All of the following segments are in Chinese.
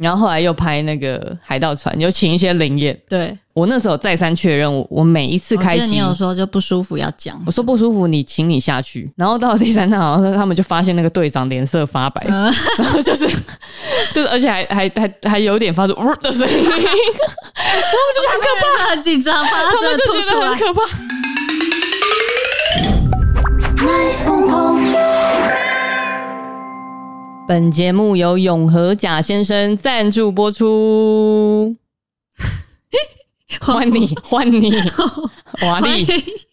然后后来又拍那个海盗船，又请一些灵验。 对， 我那时候再三确认，我每一次开机， 我记得你有说就不舒服要讲， 我说不舒服，你请你下去。然后到了第三趟，好像他们就发现那个队长脸色发白，然后就是而且还有点发出的声音，然后我就觉得很可怕， 很紧张，怕他他们就觉得很可怕。Nice 碰碰。本节目由永和甲先生赞助播出。换你，瓦力，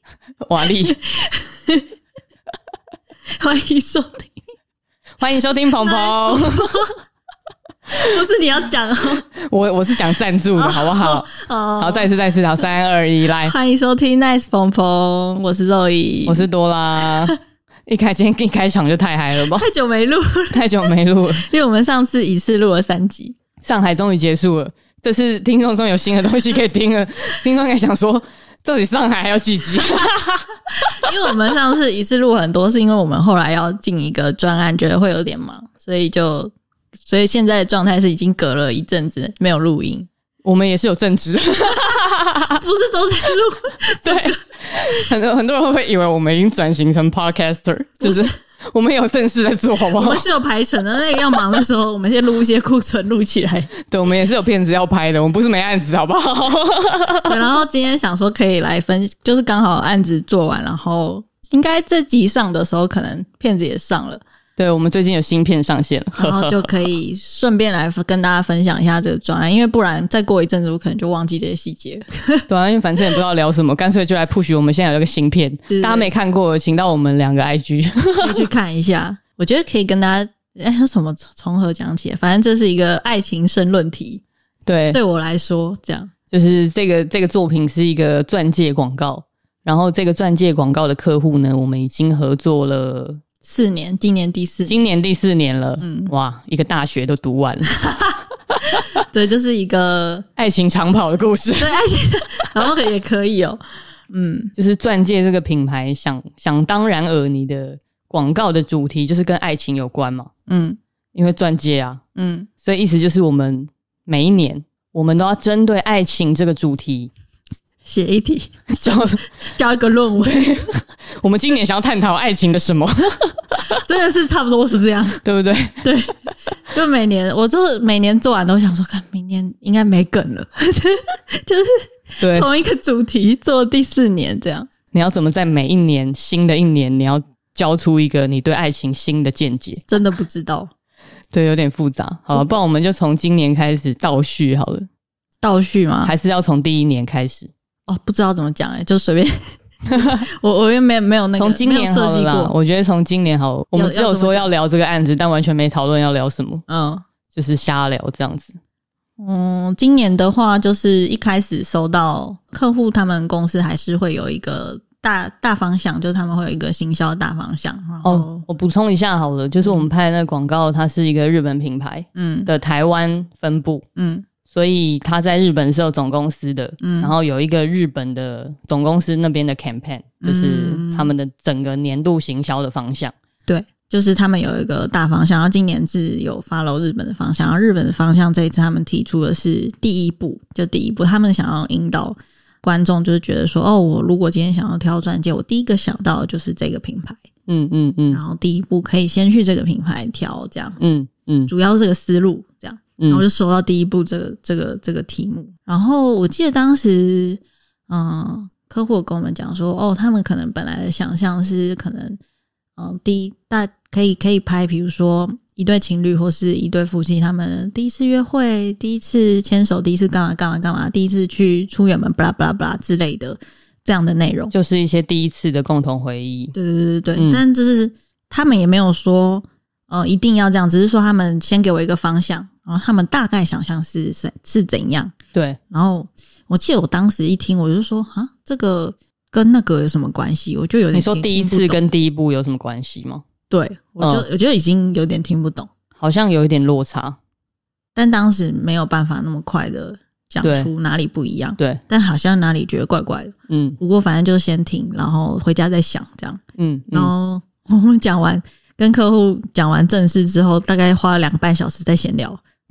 欢迎收听， 欢迎收听鹏鹏。 不是你要讲我是讲赞助的，好不好？好，再一次，好，3、2、1，来， 欢迎收听 Nice 鹏鹏，我是肉姨， 我是多拉。今天一开场就太嗨了吧？ 太久没录了，因为我们上次一次录了3集， 上海终于结束了。这次听众中有新的东西可以听了，听众应该想说，到底上海还有几集？ 因为我们上次一次录很多，是因为我们后来要进一个专案，觉得会有点忙，所以现在的状态是已经隔了一阵子没有录音。 我们也是有正职，不是都在录。 对，很多人会不会以为我们已经转型成 podcaster， 就是我们有正事在做，好不好？ 我们是有排程的，那个要忙的时候，我们先录一些库存录起来。 对，我们也是有片子要拍的，我们不是没案子，好不好？ 对，然后今天想说可以来就是刚好案子做完，然后应该这集上的时候，可能片子也上了。 对，我们最近有新片上线了， 然后就可以顺便来跟大家分享一下这个专案，因为不然再过一阵子我可能就忘记这些细节了。 对啊，因为反正也不知道聊什么，干脆就来 push 我们现在有一个新片，大家没看过请到我们2个 IG 可以去看一下。我觉得可以跟大家什么从何讲起，反正这是一个爱情申论题。对我来说这样， 就是这个作品是一个钻戒广告，然后这个钻戒广告的客户呢，我们已经合作了 4年，今年第4年了。哇，一个大学都读完了。 对，就是一个爱情长跑的故事。 对，爱情然后也可以哦。 就是钻戒这个品牌想当然尔，你的广告的主题就是跟爱情有关嘛。因为钻戒啊。所以意思就是我们每一年我们都要针对爱情这个主题写一题，交一个论文。 我们今年想要探讨爱情的什么？ 真的是差不多是这样， 对不对？ 对，就每年做完都想说，看明年应该没梗了，就是同一个主题做第4年这样。 你要怎么在每一年新的一年，你要交出一个你对爱情新的见解？ 真的不知道， 对，有点复杂。好了，不然我们就从今年开始倒叙好了。 倒叙吗？ 还是要从第1年开始？ 不知道怎么讲就随便。我也没有那个从今年好了啦，我觉得从今年好，我们只有说要聊这个案子，但完全没讨论要聊什么，就是瞎聊这样子。 今年的话，就是一开始收到客户，他们公司还是会有一个大方向，就是他们会有一个行销大方向。 我补充一下好了，就是我们拍的那个广告，它是一个日本品牌的台湾分部，所以他在日本是有总公司的，然后有一个日本的总公司那边的 campaign，就是他们的整个年度行销的方向。 对，就是他们有一个大方向，然后今年是有 follow 日本的方向，然后日本的方向这一次他们提出的是第一步，他们想要引导观众，就是觉得说，我如果今天想要挑钻戒，我第一个想到的就是这个品牌。然后第一步可以先去这个品牌挑，这样子。主要是这个思路这样。然后就收到第一步这个题目，然后我记得当时客户跟我们讲说，他们可能本来的想象是可能可以拍，比如说一对情侣或是一对夫妻，他们第一次约会，第一次牵手，第一次干嘛，第一次去出远门巴拉巴拉巴拉之类的这样的内容， 就是一些第一次的共同回忆。 对，但就是他们也没有说一定要这样，只是说他们先给我一个方向，然后他们大概想象是怎样。 对，然后我记得我当时一听，我就说这个跟那个有什么关系？我就有点你说第一次跟第一步有什么关系吗？ 对，我觉得已经有点听不懂， 好像有一点落差， 但当时没有办法那么快的讲出哪里不一样。 对， 但好像哪里觉得怪怪的。不过反正就先听，然后回家再想这样。然后我们跟客户讲完正事之后，大概花了2个半小时在闲聊。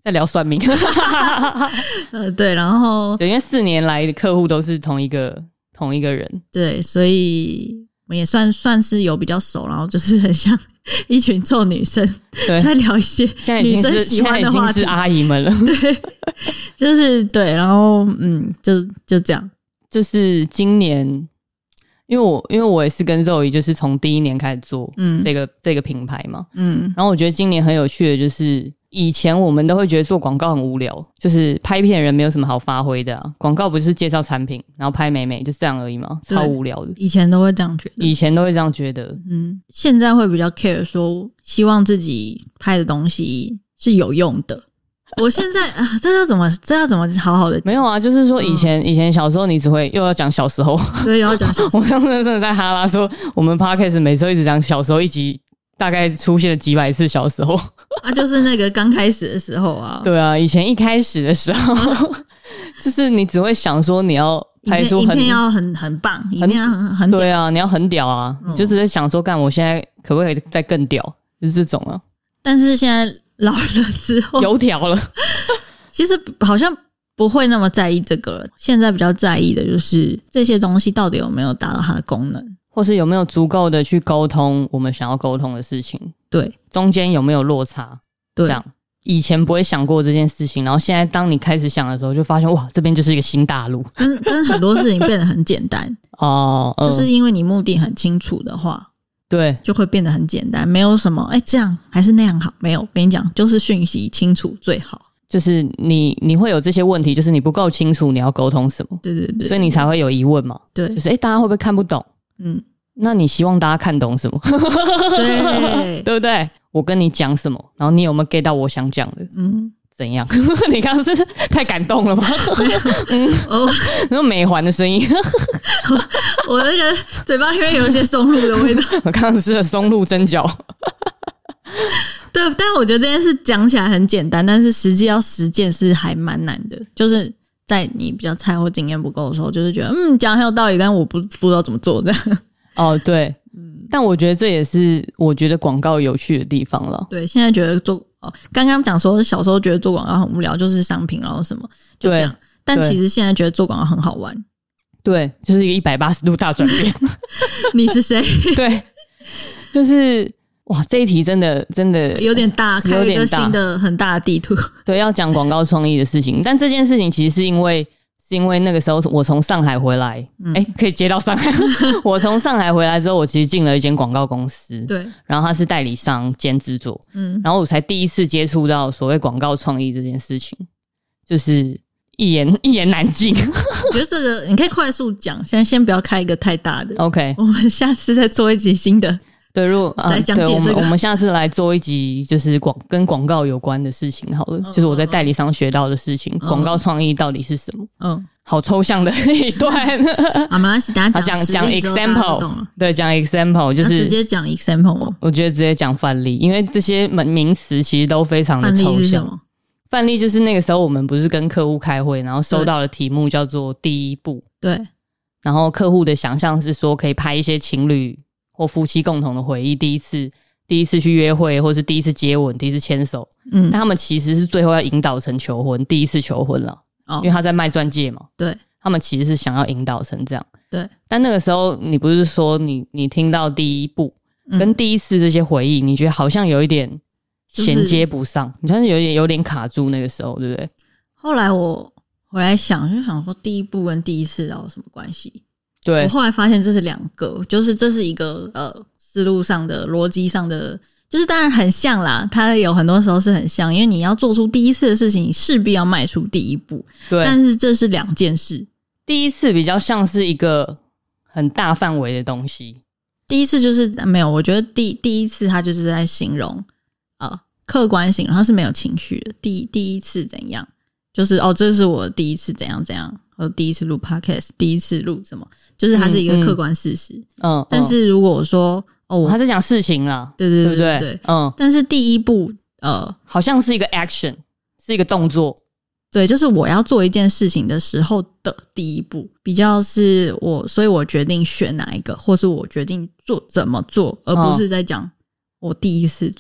在聊算命对，然后因为4年来的客户都是同一个人， 对，所以我们也算是有比较熟，然后就是很像一群臭女生在聊一些女生喜欢的话题， 现在已经是阿姨们了。 对，就是对，然后就这样。 就是今年，因为我也是跟Zoe就是从第1年开始做这个品牌嘛，然后我觉得今年很有趣的就是。以前我们都会觉得做广告很无聊，就是拍片人没有什么好发挥的啊。广告不是介绍产品，然后拍美美，就是这样而已嘛，超无聊的。 以前都会这样觉得。现在会比较 care 说，希望自己拍的东西是有用的。我现在这要怎么好好的讲？ 没有啊，就是说以前小时候你只会又要讲小时候， 对，又要讲小时候。 我上次真的在哈拉说，我们 podcast 每次都一直讲小时候，一集大概出现了几百次小时候。 就是那个刚开始的时候啊。 对啊，以前一开始的时候，就是你只会想说你要拍出影片要很棒，影片要很屌。 对啊，你要很屌啊，你就只是想说干，我现在可不可以再更屌？就是这种啊。 但是现在老了之后， 油条了， 其实好像不会那么在意这个了。现在比较在意的就是这些东西到底有没有达到它的功能。 或是有没有足够的去沟通我们想要沟通的事情， 对， 中间有没有落差， 对， 这样以前不会想过这件事情，然后现在当你开始想的时候，就发现哇，这边就是一个新大陆， 跟很多事情变得很简单哦，就是因为你目的很清楚的话， 对， 就会变得很简单，没有什么这样还是那样好，没有，跟你讲，就是讯息清楚最好。 就是你会有这些问题，就是你不够清楚你要沟通什么， 对对对， 所以你才会有疑问嘛， 对， 就是大家会不会看不懂？那你希望大家看懂什么？ 对， 对不对？我跟你讲什么，然后你有没有 get 到我想讲的？怎样？你刚刚是太感动了吗？那种美环的声音， 我那个嘴巴里面有一些松露的味道。 我刚刚吃了松露蒸饺。 对，但我觉得这件事讲起来很简单，但是实际要实践是还蛮难的，就是在你比较菜或经验不够的时候，就是觉得讲很有道理，但我不知道怎么做这样。 哦，对，但我觉得这也是我觉得广告有趣的地方了。 对，现在觉得刚刚讲说小时候觉得做广告很无聊，就是商品然后什么就这样，但其实现在觉得做广告很好玩。对， 就是一个180度大转变。 你是谁？ 对，就是哇，这一题真的有点大，开了一个新的很大的地图。 对，要讲广告创意的事情，但这件事情其实是因为那个时候我从上海回来，可以接到上海。我从上海回来之后，我其实进了一间广告公司，对，然后他是代理商兼制作，然后我才第一次接触到所谓广告创意这件事情，就是一言难尽。 我觉得这个你可以快速讲，现在先不要开一个太大的 ，OK， 我们下次再做一集新的。 对，如果来讲解这个， 我们下次来做一集就是跟广告有关的事情好了，就是我在代理商学到的事情，广告创意到底是什么？好抽象的一段。 没关系，等一下讲 example， 对，讲 example 就是直接讲 example 吗？ 我觉得直接讲范例，因为这些名词其实都非常的抽象。范例就是那个时候我们不是跟客户开会，然后收到的题目叫做第一步，对，然后客户的想象是说可以拍一些情侣或夫妻共同的回忆，第一次去约会，或是第一次接吻，第一次牵手，但他们其实是最后要引导成求婚，第一次求婚了，因为他在卖钻戒嘛，对，他们其实是想要引导成这样，对。但那个时候你不是说你听到第一步跟第一次这些回忆，你觉得好像有一点衔接不上，你像是有点卡住那个时候，对不对？ 后来我回来想，就想说第一步跟第一次有什么关系？对，我后来发现这是两个，就是这是一个思路上的逻辑上的，就是当然很像啦，它有很多时候是很像，因为你要做出第一次的事情，你势必要迈出第一步，对，但是这是两件事。 第一次比较像是一个很大范围的东西， 第一次就是没有，我觉得第一次它就是在形容客观形容，它是没有情绪的。第一次怎样，就是这是我第一次怎样怎样，第一次录 podcast， 第一次录什么，就是它是一个客观事实。但是如果我说他在讲事情啦， 对对对对，但是第一步好像是一个 action， 是一个动作。 对，就是我要做一件事情的时候的第一步，比较是所以我决定选哪一个，或是我决定怎么做，而不是在讲我第一次做。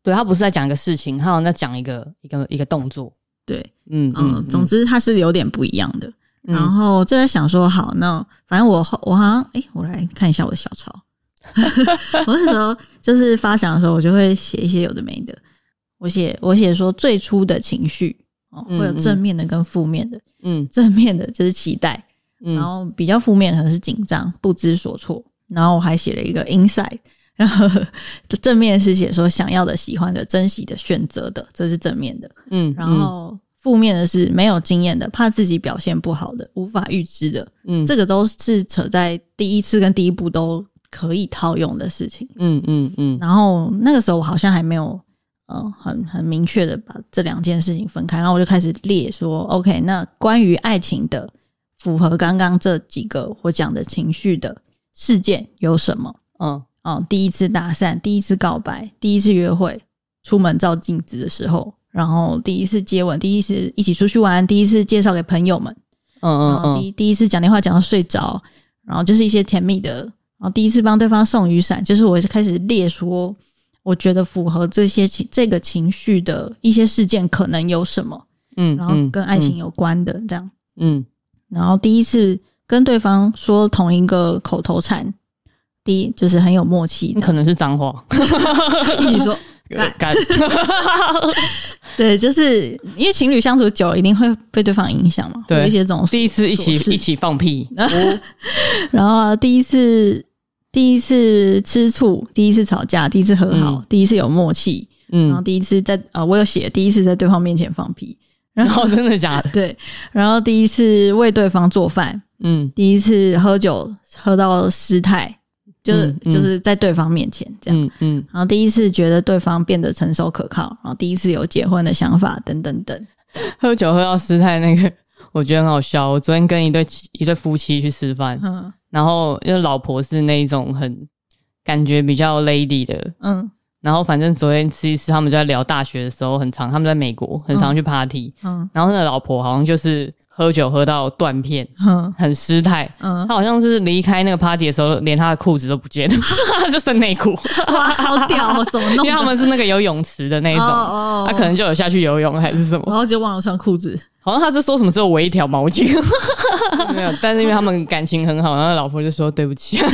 对，他不是在讲一个事情，他好像在讲一个动作。 对，总之它是有点不一样的。然后就在想说，好，那反正我好像，我来看一下我的小抄。我那时候就是发想的时候，我就会写一些有的没的。我写说最初的情绪会有正面的跟负面的。正面的就是期待，然后比较负面可能是紧张、不知所措。然后我还写了一个 insight， 然后正面是写说想要的、喜欢的、珍惜的、选择的，这是正面的。然后负面的是没有经验的，怕自己表现不好的，无法预知的。这个都是扯在第一次跟第一步都可以套用的事情。然后那个时候我好像还没有很明确的把这两件事情分开，然后我就开始列说 OK， 那关于爱情的符合刚刚这几个我讲的情绪的事件有什么？第一次搭讪，第一次告白，第一次约会，出门照镜子的时候，然后第一次接吻，第一次一起出去玩，第一次介绍给朋友们，然后第一次讲电话讲到睡着，然后就是一些甜蜜的，然后第一次帮对方送雨伞，就是我就开始列说我觉得符合这个情绪的一些事件可能有什么，然后跟爱情有关的这样，然后第一次跟对方说同一个口头禅，第一就是很有默契， 可能是脏话， 一起说干。对，就是因为情侣相处久了一定会被对方影响嘛，对，有一些这种第一次一起放屁， 然后第一次吃醋，第一次吵架，第一次和好，第一次有默契，然后第一次我有写第一次在对方面前放屁，然后真的假的？ 对，然后第一次为对方做饭，第一次喝酒喝到失态，就是在对方面前这样，然后第一次觉得对方变得成熟可靠，然后第一次有结婚的想法，等等等。 喝酒喝到失态那个，我觉得很好笑。我昨天跟一对夫妻去吃饭，然后因为老婆是那一种很感觉比较 lady 的，然后反正昨天吃一吃，他们就在聊大学的时候，他们在美国很常去 party，然后那个老婆好像就是喝酒喝到断片，很失态，他好像是离开那个 party 的时候，连他的裤子都不见了，就剩内裤。 哇，好屌哦！怎么弄？ 因为他们是那个有泳池的那一种，他可能就有下去游泳还是什么， 然后就忘了穿裤子。 好像他就说什么只有围一条毛巾，没有。但是因为他们感情很好，然后老婆就说对不起，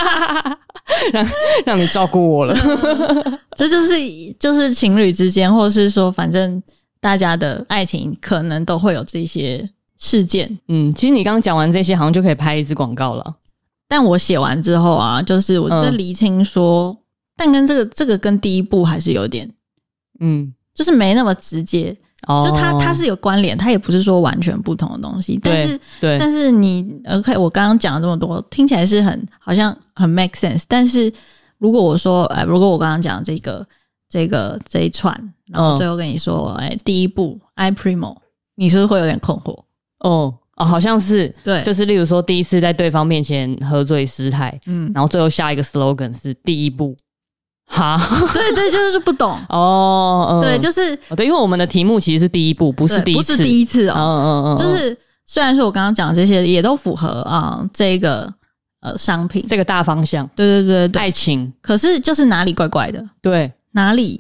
让你照顾我了。 这就是情侣之间，或是说反正大家的爱情可能都会有这些事件。 其实你刚刚讲完这些，好像就可以拍一支广告了。 但我写完之后啊，就是我在厘清说，但跟这个跟第一部还是有点，就是没那么直接。就它是有关联，它也不是说完全不同的东西，但是你 OK， 我刚刚讲了这么多，听起来是好像很 make sense， 但是如果我说，如果我刚刚讲这一串，然后最后跟你说，第一步 I primo， 你是不是会有点困惑？ 好像是， 对， 就是例如说第一次在对方面前喝醉失态，然后最后下一个 slogan 是第一步。哈， 对，就是不懂对，就是对，因为我们的题目其实是第一步，不是第一次， 不是第一次就是虽然说我刚刚讲的这些也都符合这个商品这个大方向， 对， 爱情， 可是就是哪里怪怪的， 对， 哪里，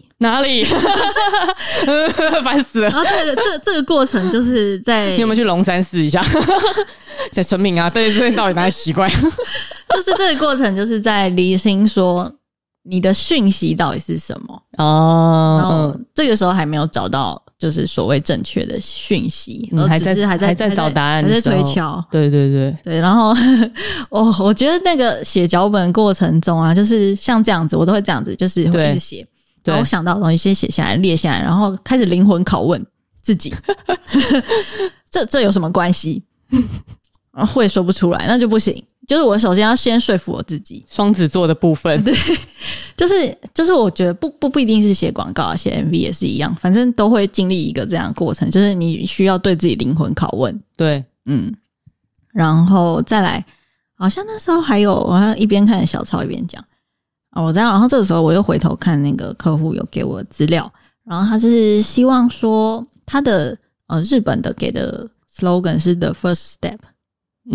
烦死了。 然后这个过程就是在你有没有去龙山试一下？在神明啊，对，这到底哪里奇怪？ 就是这个过程就是在厘清说。你的讯息到底是什么？然后这个时候还没有找到就是所谓正确的讯息， 还在找答案， 还在推敲。 对， 然后我觉得那个写脚本过程中啊，就是像这样子，我都会这样子，就是会一直写，然后我想到的东西先写下来，列下来，然后开始灵魂拷问自己，这有什么关系？会说不出来，那就不行。就是我首先要先说服我自己， 双子座的部分， 对，就是我觉得不一定是写广告啊，写 MV 也是一样，反正都会经历一个这样的过程，就是你需要对自己灵魂拷问， 对， 然后再来，好像那时候还有，我一边看小抄一边讲然后这个时候我又回头看那个客户有给我的资料，然后他是希望说他的日本的给的 slogan 是 the first step，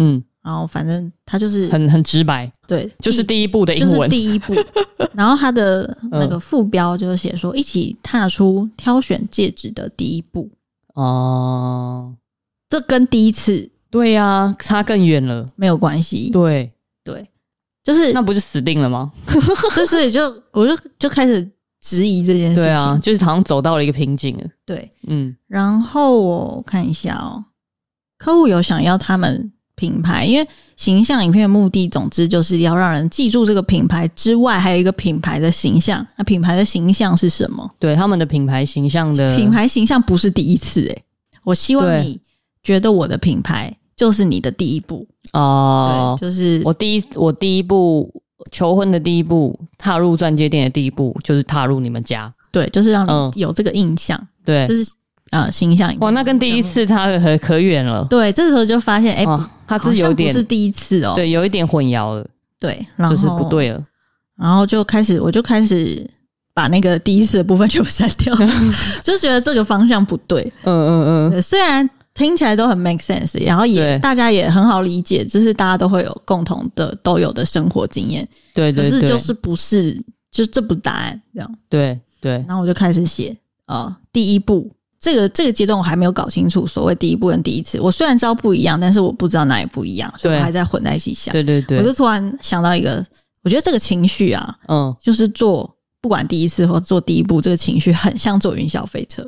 然后反正他就是很直白， 对， 就是第一步的英文， 就是第一步。然后他的那个副标就是写说，一起踏出挑选戒指的第一步。 哦， 这跟第一次对啊，差更远了， 没有关系。 对， 就是那不就死定了吗？ 所以我就开始质疑这件事情。 对啊，就是好像走到了一个瓶颈了。 对，然后我看一下哦，客户有想要他们品牌，因为形象影片的目的总之就是要让人记住这个品牌之外，还有一个品牌的形象。那品牌的形象是什么？ 对，他们的品牌形象不是第一次我希望你觉得我的品牌就是你的第一步对，就是我第一步求婚的第一步，踏入钻戒店的第一步，就是踏入你们家。对，就是让你有这个印象。对，这是形象影片。 哇，那跟第一次它可远了。 对，这时候就发现它是有点好像不是第一次哦。 对，有一点混淆了。对，然后就是不对了。 然后我就开始把那个第一次的部分全部删掉，就觉得这个方向不对。对，虽然听起来都很 make sense， 然后也大家也很好理解，就是大家都会有共同的都有的生活经验。对，可是就是不是，就这不是答案这样。对，然后我就开始写第一步。这个阶段我还没有搞清楚所谓第一步跟第一次，我虽然知道不一样，但是我不知道哪里不一样，所以我还在混在一起想。对，我就突然想到一个，我觉得这个情绪啊，就是做不管第一次或做第一步，这个情绪很像坐云霄飞车。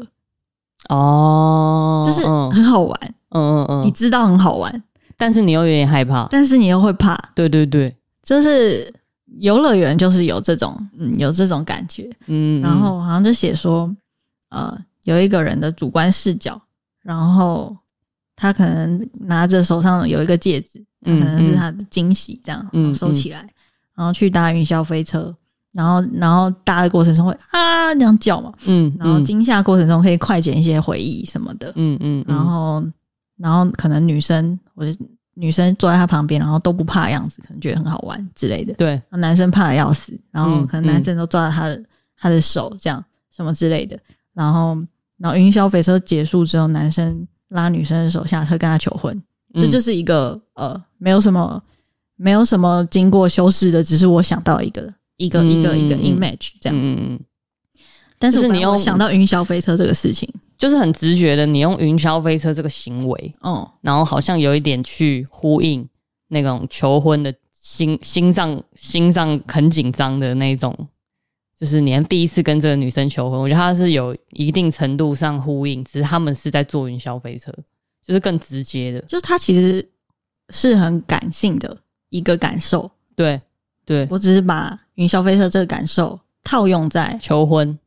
就是很好玩。你知道很好玩，但是你又有点害怕，但是你又会怕。对，就是游乐园就是有这种感觉。然后好像就写说有一个人的主观视角，然后他可能拿着手上有一个戒指，可能是他的惊喜这样，收起来，然后去搭云霄飞车，然后搭的过程中会这样叫嘛，然后惊吓过程中可以快剪一些回忆什么的，然后可能女生坐在他旁边，然后都不怕的样子，可能觉得很好玩之类的。对，男生怕的要死，然后可能男生都抓着他的手这样什么之类的。然后云霄飞车结束之后，男生拉女生的手下车跟他求婚。这就是一个没有什么经过修饰的，只是我想到一个 image 这样。但是你又想到云霄飞车这个事情，就是很直觉的，你用云霄飞车这个行为，然后好像有一点去呼应那种求婚的心脏很紧张的那种，就是你第一次跟这个女生求婚，我觉得它是有一定程度上呼应，只是他们是在坐云霄飞车，就是更直接的，就是它其实是很感性的一个感受。对，我只是把云霄飞车这个感受套用在求婚。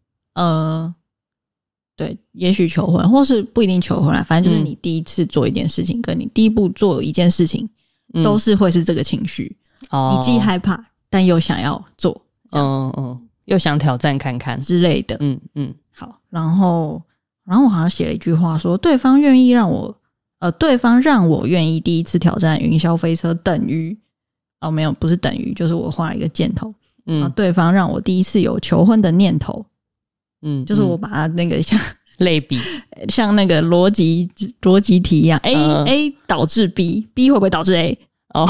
对，也许求婚或是不一定求婚啦，反正就是你第一次做一件事情跟你第一步做一件事情都是会是这个情绪。你既害怕但又想要做，又想挑战看看之类的。好，然后我好像写了一句话说，对方让我愿意第一次挑战云霄飞车等于没有，不是等于，就是我画了一个箭头。对方让我第一次有求婚的念头。就是我把它那个像类比，像那个逻辑题一样 ，A 导致 B 会不会导致 A？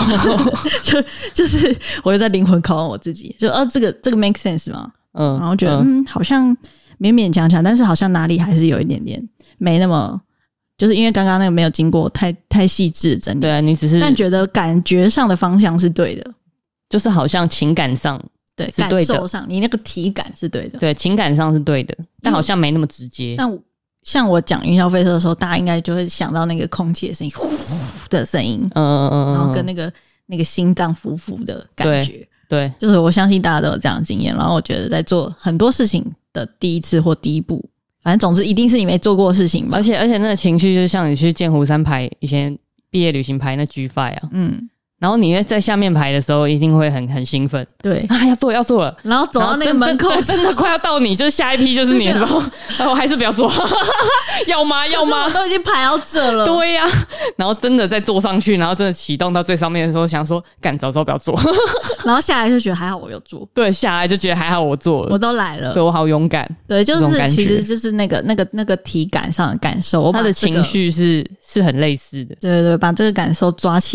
就是我就在灵魂拷问我自己，就这个 make sense 吗？然后觉得好像勉勉强强，但是好像哪里还是有一点点没那么，就是因为刚刚那个没有经过太细致的整理。对啊，你只是但觉得感觉上的方向是对的，就是好像情感上。对，感受上你那个体感是对的，对，情感上是对的，但好像没那么直接。但像我讲云霄飞车的时候，大家应该就会想到那个空气的声音，呼的声音，然后跟那个心脏浮浮的感觉。对，就是我相信大家都有这样的经验。然后我觉得在做很多事情的第一次或第一步，反正总之一定是你没做过的事情吧。而且那个情绪就像你去剑湖山排以前毕业旅行排那 G5 啊，然后你在下面排的时候一定会很兴奋，对要做了，然后走到那个门口真的快要到你，就是下一批就是你的时候，我还是不要做，要吗？我都已经排到这了，对呀，然后真的再坐上去，然后真的启动到最上面的时候，想说干早知道不要做，然后下来就觉得还好我有做，对，下来就觉得还好我做了，我都来了，对我好勇敢，对，就是其实就是那个体感上的感受，他的情绪是很类似的，对，把这个感受抓起来。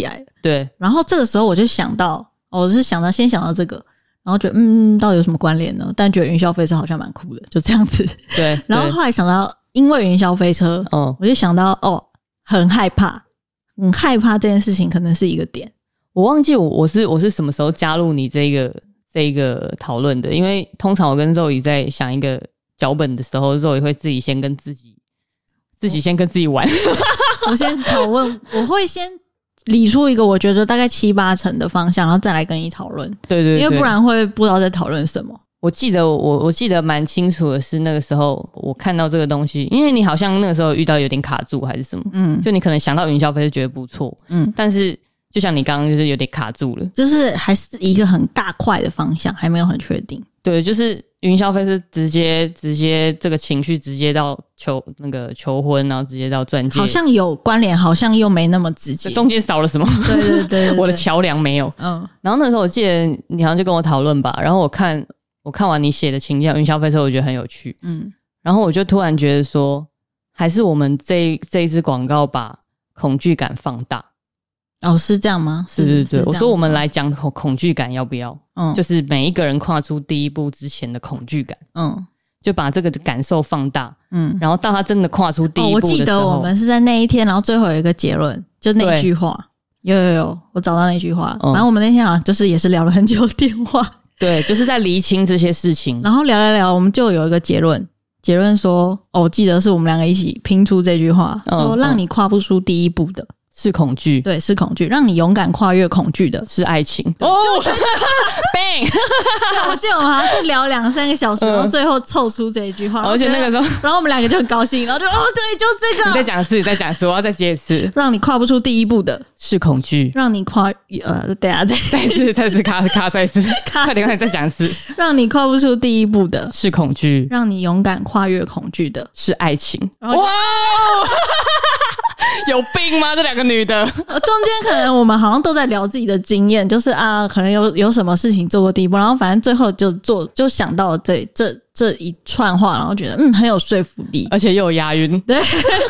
对。 然后这个时候我就想到，我是先想到这个，然后觉得到底有什么关联呢？但觉得云霄飞车好像蛮酷的，就这样子。 对。 然后后来想到，因为云霄飞车，我就想到很害怕这件事情可能是一个点。 我忘记我是什么时候加入你这个讨论的，因为通常我跟肉宇在想一个脚本的时候，肉宇会自己先跟自己玩。 我先讨论，我会先理出一个我觉得大概7-8成的方向，然后再来跟你讨论。 对对对， 因为不然会不知道在讨论什么。 我记得蛮清楚的是，那个时候我看到这个东西，因为你好像那个时候遇到有点卡住还是什么，就你可能想到云霄飞车觉得不错，但是就像你刚刚就是有点卡住了， 就是还是一个很大块的方向，还没有很确定。 对，就是云霄飞车直接这个情绪直接到求婚，然后直接到钻戒， 好像有关联，好像又没那么直接， 中间少了什么？ 对对 对， 我的桥梁没有。然后那时候我记得你好像就跟我讨论吧，然后我看完你写的情境云霄飞车，我觉得很有趣，然后我就突然觉得说，还是我们这一支广告把恐惧感放大。 是这样吗？ 对对对，我说我们来讲恐惧感要不要？就是每一个人跨出第一步之前的恐惧感，就把这个感受放大，然后到他真的跨出第一步的时候， 我记得我们是在那一天，然后最后有一个结论，就那句话，有，我找到那句话，反正我们那天好像就是也是聊了很久电话， 对，就是在厘清这些事情， 然后聊，我们就有一个结论说，我记得是我们两个一起拼出这句话，说让你跨不出第一步的。 是恐惧， 对，是恐惧，让你勇敢跨越恐惧的是爱情。 bang！ 我记得我们好像是聊2-3个小时，然后最后凑出这一句话， 而且那个时候， 然后我们两个就很高兴，然后就对，就这个。 你再讲一次，我要再接一次。 让你跨不出第一步的是恐惧， 让你跨等下再一次卡再一次，快点再讲一次。 让你跨不出第一步的是恐惧， 让你勇敢跨越恐惧的是爱情。哇！有病吗？这两个女的， 中间可能我们好像都在聊自己的经验，就是可能有什么事情做过第一步，然后反正最后就想到了这一串话，然后觉得很有说服力， 而且又有押韵， 对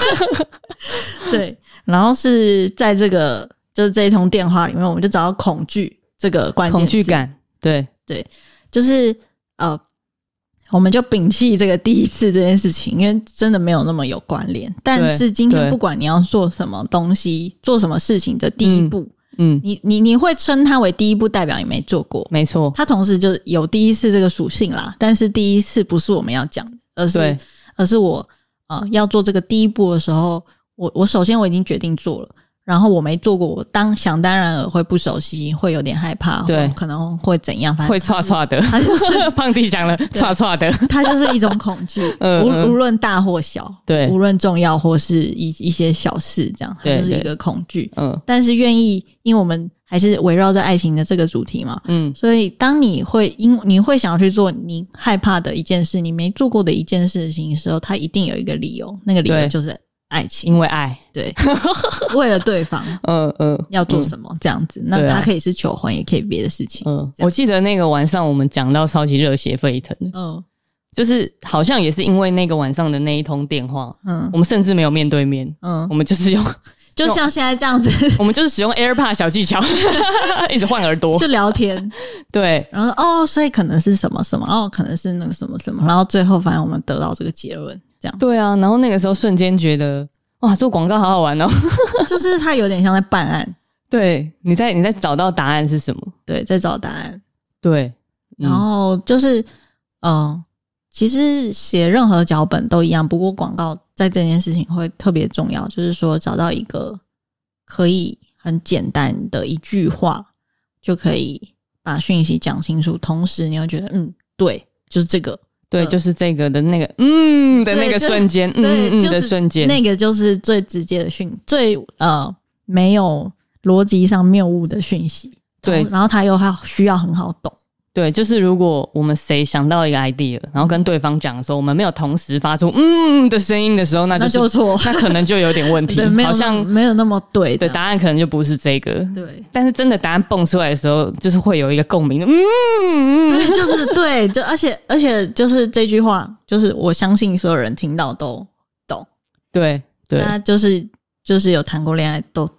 对，然后是在就是这一通电话里面，我们就找到恐惧这个关键字， 恐惧感，对对，就是我们就摒弃这个第一次这件事情，因为真的没有那么有关联。但是今天不管你要做什么东西，做什么事情的第一步，你会称它为第一步，代表你没做过， 没错。 它同时就有第一次这个属性啦，但是第一次不是我们要讲的，而是我要做这个第一步的时候，我首先我已经决定做了。然后我没做过，我想当然尔会不熟悉，会有点害怕，对，可能会怎样，反正会唰唰的。 他就是胖弟讲了，唰唰的， 它就是一种恐惧，无论大或小，对，无论重要或是一些小事，这样，它就是一个恐惧。但是愿意，因为我们还是围绕在爱情的这个主题嘛，所以当你会想要去做你害怕的一件事，你没做过的一件事情的时候，它一定有一个理由，那个理由就是爱情， 因为爱， 对，为了对方，要做什么这样子，那它可以是求婚，也可以别的事情。 我记得那个晚上我们讲到超级热血沸腾，就是好像也是因为那个晚上的那一通电话，我们甚至没有面对面，我们就是就像现在这样子， 我们就是使用 AirPod 小技巧，一直换耳朵， 就聊天，对，然后所以可能是什么什么，可能是那个什么什么，然后最后反正我们得到这个结论。这样对啊，然后那个时候瞬间觉得哇，做广告好好玩哦， 就是它有点像在办案。 对，你在找到答案是什么？ 对，在找答案。 对， 然后就是其实写任何脚本都一样，不过广告在这件事情会特别重要，就是说找到一个可以很简单的一句话就可以把讯息讲清楚，同时你会觉得对，就是这个。 对，就是这个的那个的那个瞬间，的瞬间， 那个就是最直接的最没有逻辑上谬误的讯息。对，然后它又需要很好懂。 对，就是如果我们谁想到一个 idea， 然后跟对方讲的时候，我们没有同时发出的声音的时候，那就错， 那可能就有点问题，好像没有那么对。 对，答案可能就不是这个。 对， 但是真的答案蹦出来的时候，就是会有一个共鸣的， 对，就是对，就而且就是这句话，就是我相信所有人听到都懂。 对， 那就是有谈过恋爱都懂。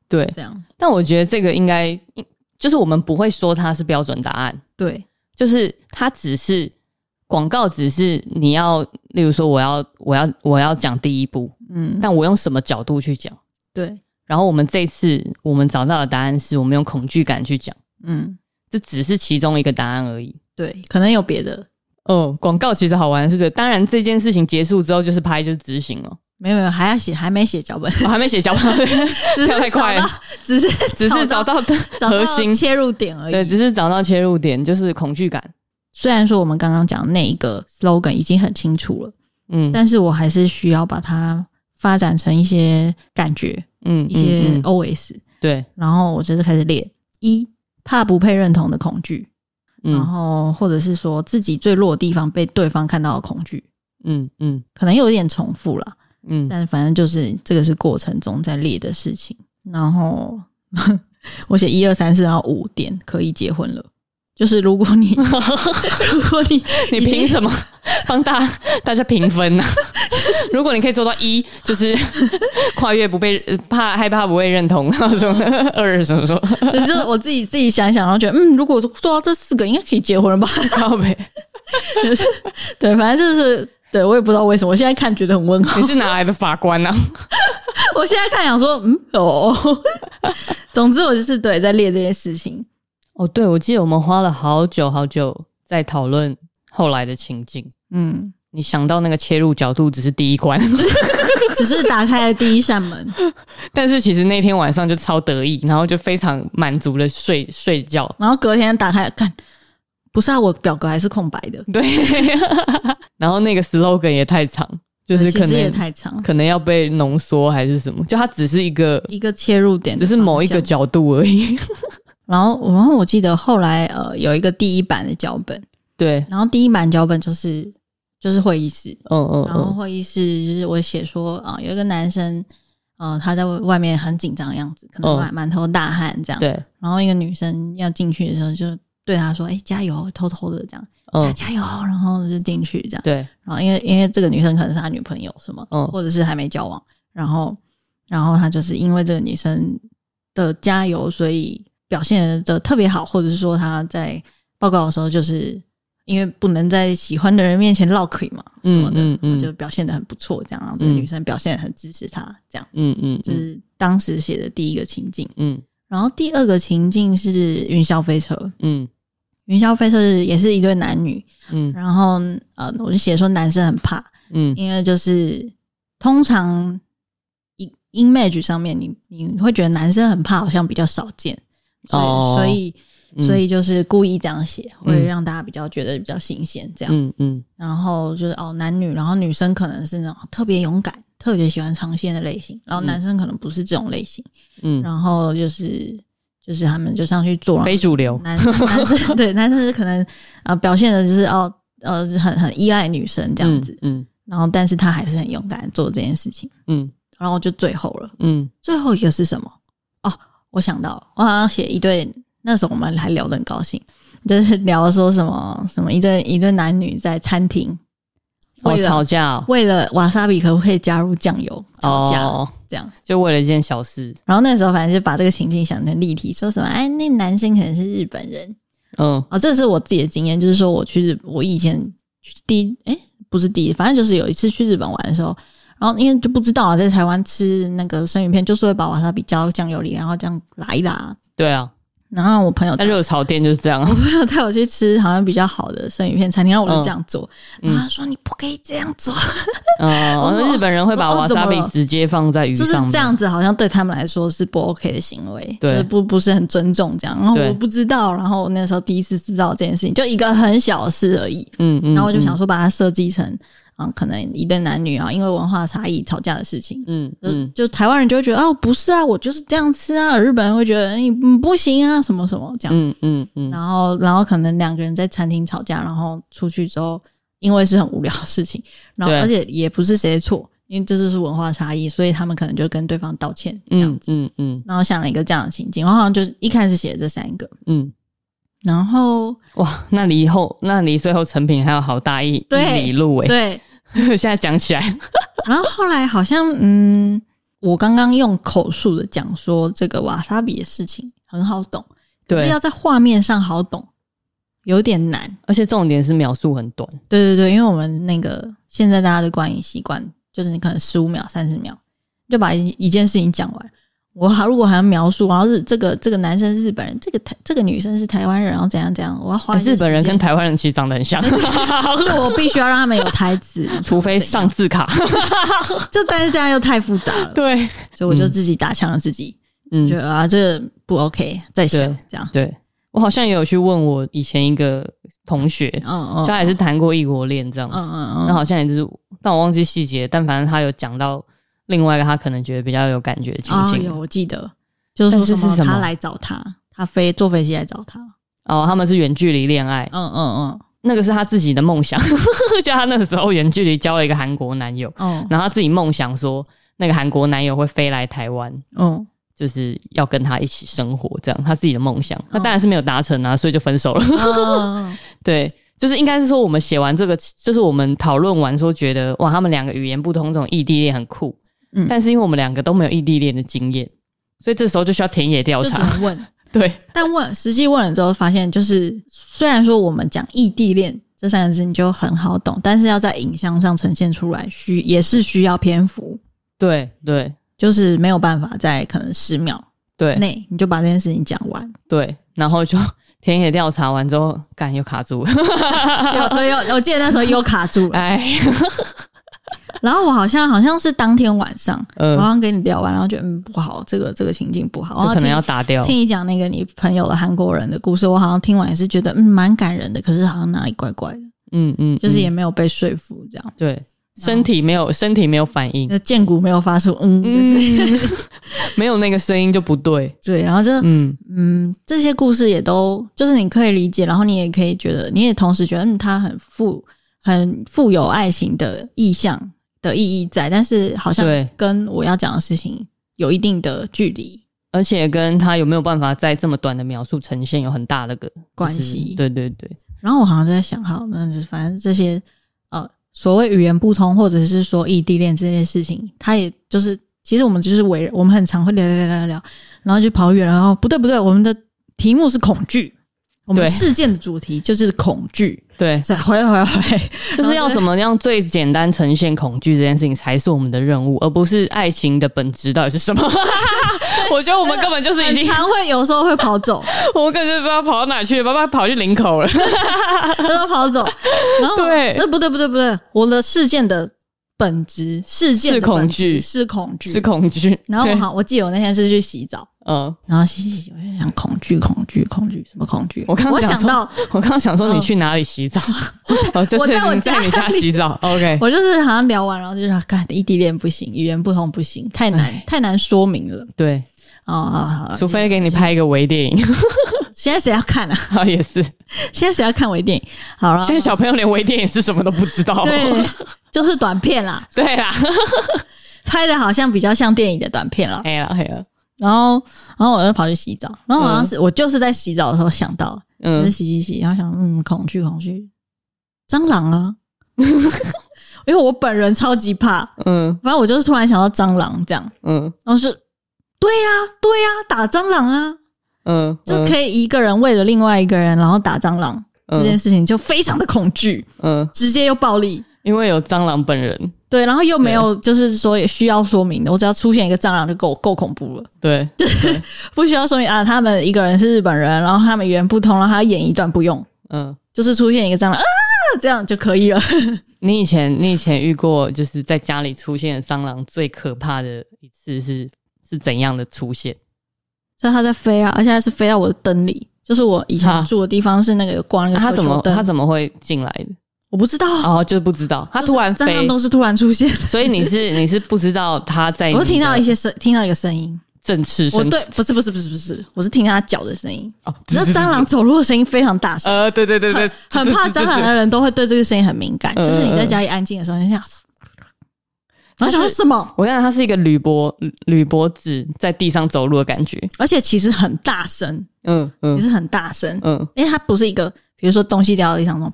对， 这样。 但我觉得这个应该就是我们不会说它是标准答案， 对， 就是它只是广告，只是你要，例如说我要讲第一步，但我用什么角度去讲？ 对。 然后我们这次我们找到的答案是我们用恐惧感去讲，这只是其中一个答案而已。 对，可能有别的。 广告其实好玩的是这个，当然这件事情结束之后就是拍就是执行了。 没有，还要写，还没写脚本， 还没写脚本，跳太快了，只是找到核心切入点而已。 对，只是找到切入点，就是恐惧感。 虽然说我们刚刚讲那一个 slogan 已经很清楚了，但是我还是需要把它发展成一些感觉，一些 OS。 对， 然后我就是开始列：一，怕不被认同的恐惧，然后或者是说自己最弱的地方被对方看到的恐惧，可能有点重复啦。但反正就是这个是过程中在列的事情。然后我写1、2、3、4，然后5点可以结婚了。就是如果你你凭什么帮大家评分呢？如果你可以做到1，就是跨越不被害怕不被认同，然后什么2什么说， 就是我自己想一想，然后觉得如果做到这4个应该可以结婚了吧？ 靠北对，反正就是对，我也不知道为什么，我现在看觉得很问号。 你是哪来的法官啊？ 我现在看想说总之我就是对在列这些事情。 对，我记得我们花了好久在讨论后来的情境。你想到那个切入角度只是第一关， 只是打开了第一扇门。 但是其实那天晚上就超得意，然后就非常满足的睡觉， 然后隔天打开看，不是我表格还是空白的。 对，然后那个 slogan 也太长，就是可能也太长， 可能要被浓缩还是什么，就它只是一个切入点， 只是某一个角度而已。 然后我记得后来有一个第一版的脚本， 对， 然后第一版脚本就是会议室，然后会议室就是我写说有一个男生他在外面很紧张的样子，可能满头大汗这样， 对， 然后一个女生要进去的时候就对他说加油，偷偷的这样加油，然后就进去这样， 对， 然后因为这个女生可能是他女朋友什么，或者是还没交往，然后他就是因为这个女生的加油，所以表现的特别好，或者是说他在报告的时候就是因为不能在喜欢的人面前落亏嘛什么的，就表现得很不错这样，然后这个女生表现得很支持他这样，就是当时写的第一个情境。然后第二个情境是云霄飞车，云霄飞车也是一对男女，然后我就写说男生很怕，因为就是通常image 上面你会觉得男生很怕好像比较少见，所以就是故意这样写，会让大家比较觉得比较新鲜这样。然后就是男女，然后女生可能是那种特别勇敢、特别喜欢尝鲜的类型，然后男生可能不是这种类型。然后就是他们就上去做非主流， 男生对，男生是可能表现的就是很依赖女生这样子。然后但是他还是很勇敢做这件事情。然后就最后了。最后一个是什么？我想到我好像写一对，那时候我们还聊得很高兴，就是聊说什么一对男女在餐厅吵架， 为了瓦萨比可不可以加入酱油吵架，这样就为了一件小事。 然后那时候反正就把这个情境想成立体，说什么那男生可能是日本人。这是我自己的经验，就是说我以前不是第一，反正就是有一次去日本玩的时候，然后因为就不知道在台湾吃那个生鱼片就是会把瓦萨比加到酱油里，然后这样拉一拉。 对啊， 然后我朋友在热炒店就是这样， 我朋友带我去吃好像比较好的生鱼片餐厅，然后我就这样做，然后他说你不可以这样做。 日本人会把瓦萨比直接放在鱼上面， 就是这样子，好像对他们来说是不 OK 的行为， 对， 就是不是很尊重这样。然后我不知道，然后我那时候第一次知道这件事情，就一个很小的事而已。然后我就想说把它设计成可能一对男女因为文化差异吵架的事情。就台湾人就会觉得不是啊，我就是这样吃啊，日本人会觉得你不行啊，什么什么这样。然后可能两个人在餐厅吵架，然后出去之后，因为是很无聊的事情，然后而且也不是谁的错，因为这就是文化差异，所以他们可能就跟对方道歉这样子。然后想了一个这样的情境，我好像就一开始写的这3个。然后哇，那离最后成品还有好大一里路。对，现在讲起来。 然后后来好像我刚刚用口述的讲说这个瓦萨比的事情很好懂，可是要在画面上好懂有点难， 而且重点是描述很短。 对对对，因为我们那个现在大家的观影习惯就是你可能15秒30秒就把一件事情讲完，我如果还要描述，然后这个男生是日本人，这个女生是台湾人，然后怎样怎样，我要花一些时间。 日本人跟台湾人其实长得很像就我必须要让他们有台词除非上字卡就但是这样又太复杂了， 对， 所以我就自己打枪了自己，觉得啊这个不 OK 再想这样。 对，我好像也有去问我以前一个同学，就他也是谈过异国恋这样子，那好像也是，但我忘记细节，但反正他有讲到另外一个他可能觉得比较有感觉的情境。 有我记得就是说什么他来找他坐飞机来找他， 他们是远距离恋爱，那个是他自己的梦想就他那个时候远距离交了一个韩国男友，然后他自己梦想说那个韩国男友会飞来台湾，就是要跟他一起生活这样，他自己的梦想，那当然是没有达成啊，所以就分手了对，就是应该是说我们写完这个，就是我们讨论完说觉得哇他们两个语言不通这种异地恋很酷，但是因为我们两个都没有异地恋的经验，所以这时候就需要田野调查， 就只能问对， 但实际问了之后发现，就是虽然说我们讲异地恋这3个字你就很好懂，但是要在影像上呈现出来也是需要篇幅， 对对，就是没有办法在可能10秒内你就把这件事情讲完， 对，然后就田野调查完之后干又卡住了我记得那时候又卡住了然后我好像是当天晚上我好像跟你聊完，然后觉得不好，这个情境不好， 就可能要打掉。 听你讲那个你朋友的韩国人的故事，我好像听完也是觉得蛮感人的，可是好像哪里怪怪的，就是也没有被说服这样。 对，身体没有反应， 剑骨没有发出没有那个声音就不对。 对，然后就这些故事也都就是你可以理解，然后你也可以觉得，你也同时觉得它很富有爱情的意象的意义在，但是好像跟我要讲的事情有一定的距离， 而且跟他有没有办法在这么短的描述呈现有很大的关系。 对对对。 然后我好像就在想，好，那就反正这些所谓语言不通或者是说异地恋这些事情，它也就是其实我们就是我们很常会聊，然后就跑远了，然后不对，我们的题目是恐惧，我们事件的主题就是恐惧。 对， 回来就是要怎么样最简单呈现恐惧这件事情才是我们的任务，而不是爱情的本质到底是什么我觉得我们根本就是已经很常会有时候会跑走我们根本就不知道跑到哪去了，爸爸跑去林口了都跑走，然后对，不对，我的事件的本质，事件的本质是恐惧。然后我记得我那天是去洗澡，然后洗，我就想恐惧，什么恐惧？我刚刚想说你去哪里洗澡？就是在你家洗澡。OK， 我就是好像聊完，然后就说，干异地恋不行，语言不通不行，太难说明了。 对，除非给你拍一个微电影。 现在谁要看啊？ 也是， 现在谁要看微电影？好了， 现在小朋友连微电影是什么都不知道。 对，就是短片啦。 对啦， 拍的好像比较像电影的短片啦。 黑了。 然后我就跑去洗澡，然后好像是我就是在洗澡的时候想到，我就洗，然后想恐惧，蟑螂啊，因为我本人超级怕，反正我就是突然想到蟑螂这样，然后是对呀，打蟑螂啊，就可以一个人为了另外一个人，然后打蟑螂这件事情就非常的恐惧，直接又暴力， 因为有蟑螂本人。 对，然后又没有就是说也需要说明的，我只要出现一个蟑螂就够恐怖了。 对， 不需要说明啊，他们一个人是日本人，然后他们语言不通，然后他演一段不用，就是出现一个蟑螂啊，这样就可以了。 你以前遇过就是在家里出现的蟑螂最可怕的一次是怎样的出现？ 所以它在飞啊，而且它是飞到我的灯里，就是我以前住的地方是那个有挂那个球球灯， 它怎么会进来的？ 我不知道就是不知道，它突然飞， 蟑螂都是突然出现， 所以你是不知道它在。 我听到一个声音， 振翅声。 对，不是，我是听它脚的声音。你知道蟑螂走路的声音非常大声。 对， 很怕蟑螂的人都会对这个声音很敏感。就是你在家里安静的时候，你想，然后想说什么？ 我想它是一个铝箔纸在地上走路的感觉， 而且其实很大声。其实很大声。因为它不是一个，比如说东西掉到地上那种啪。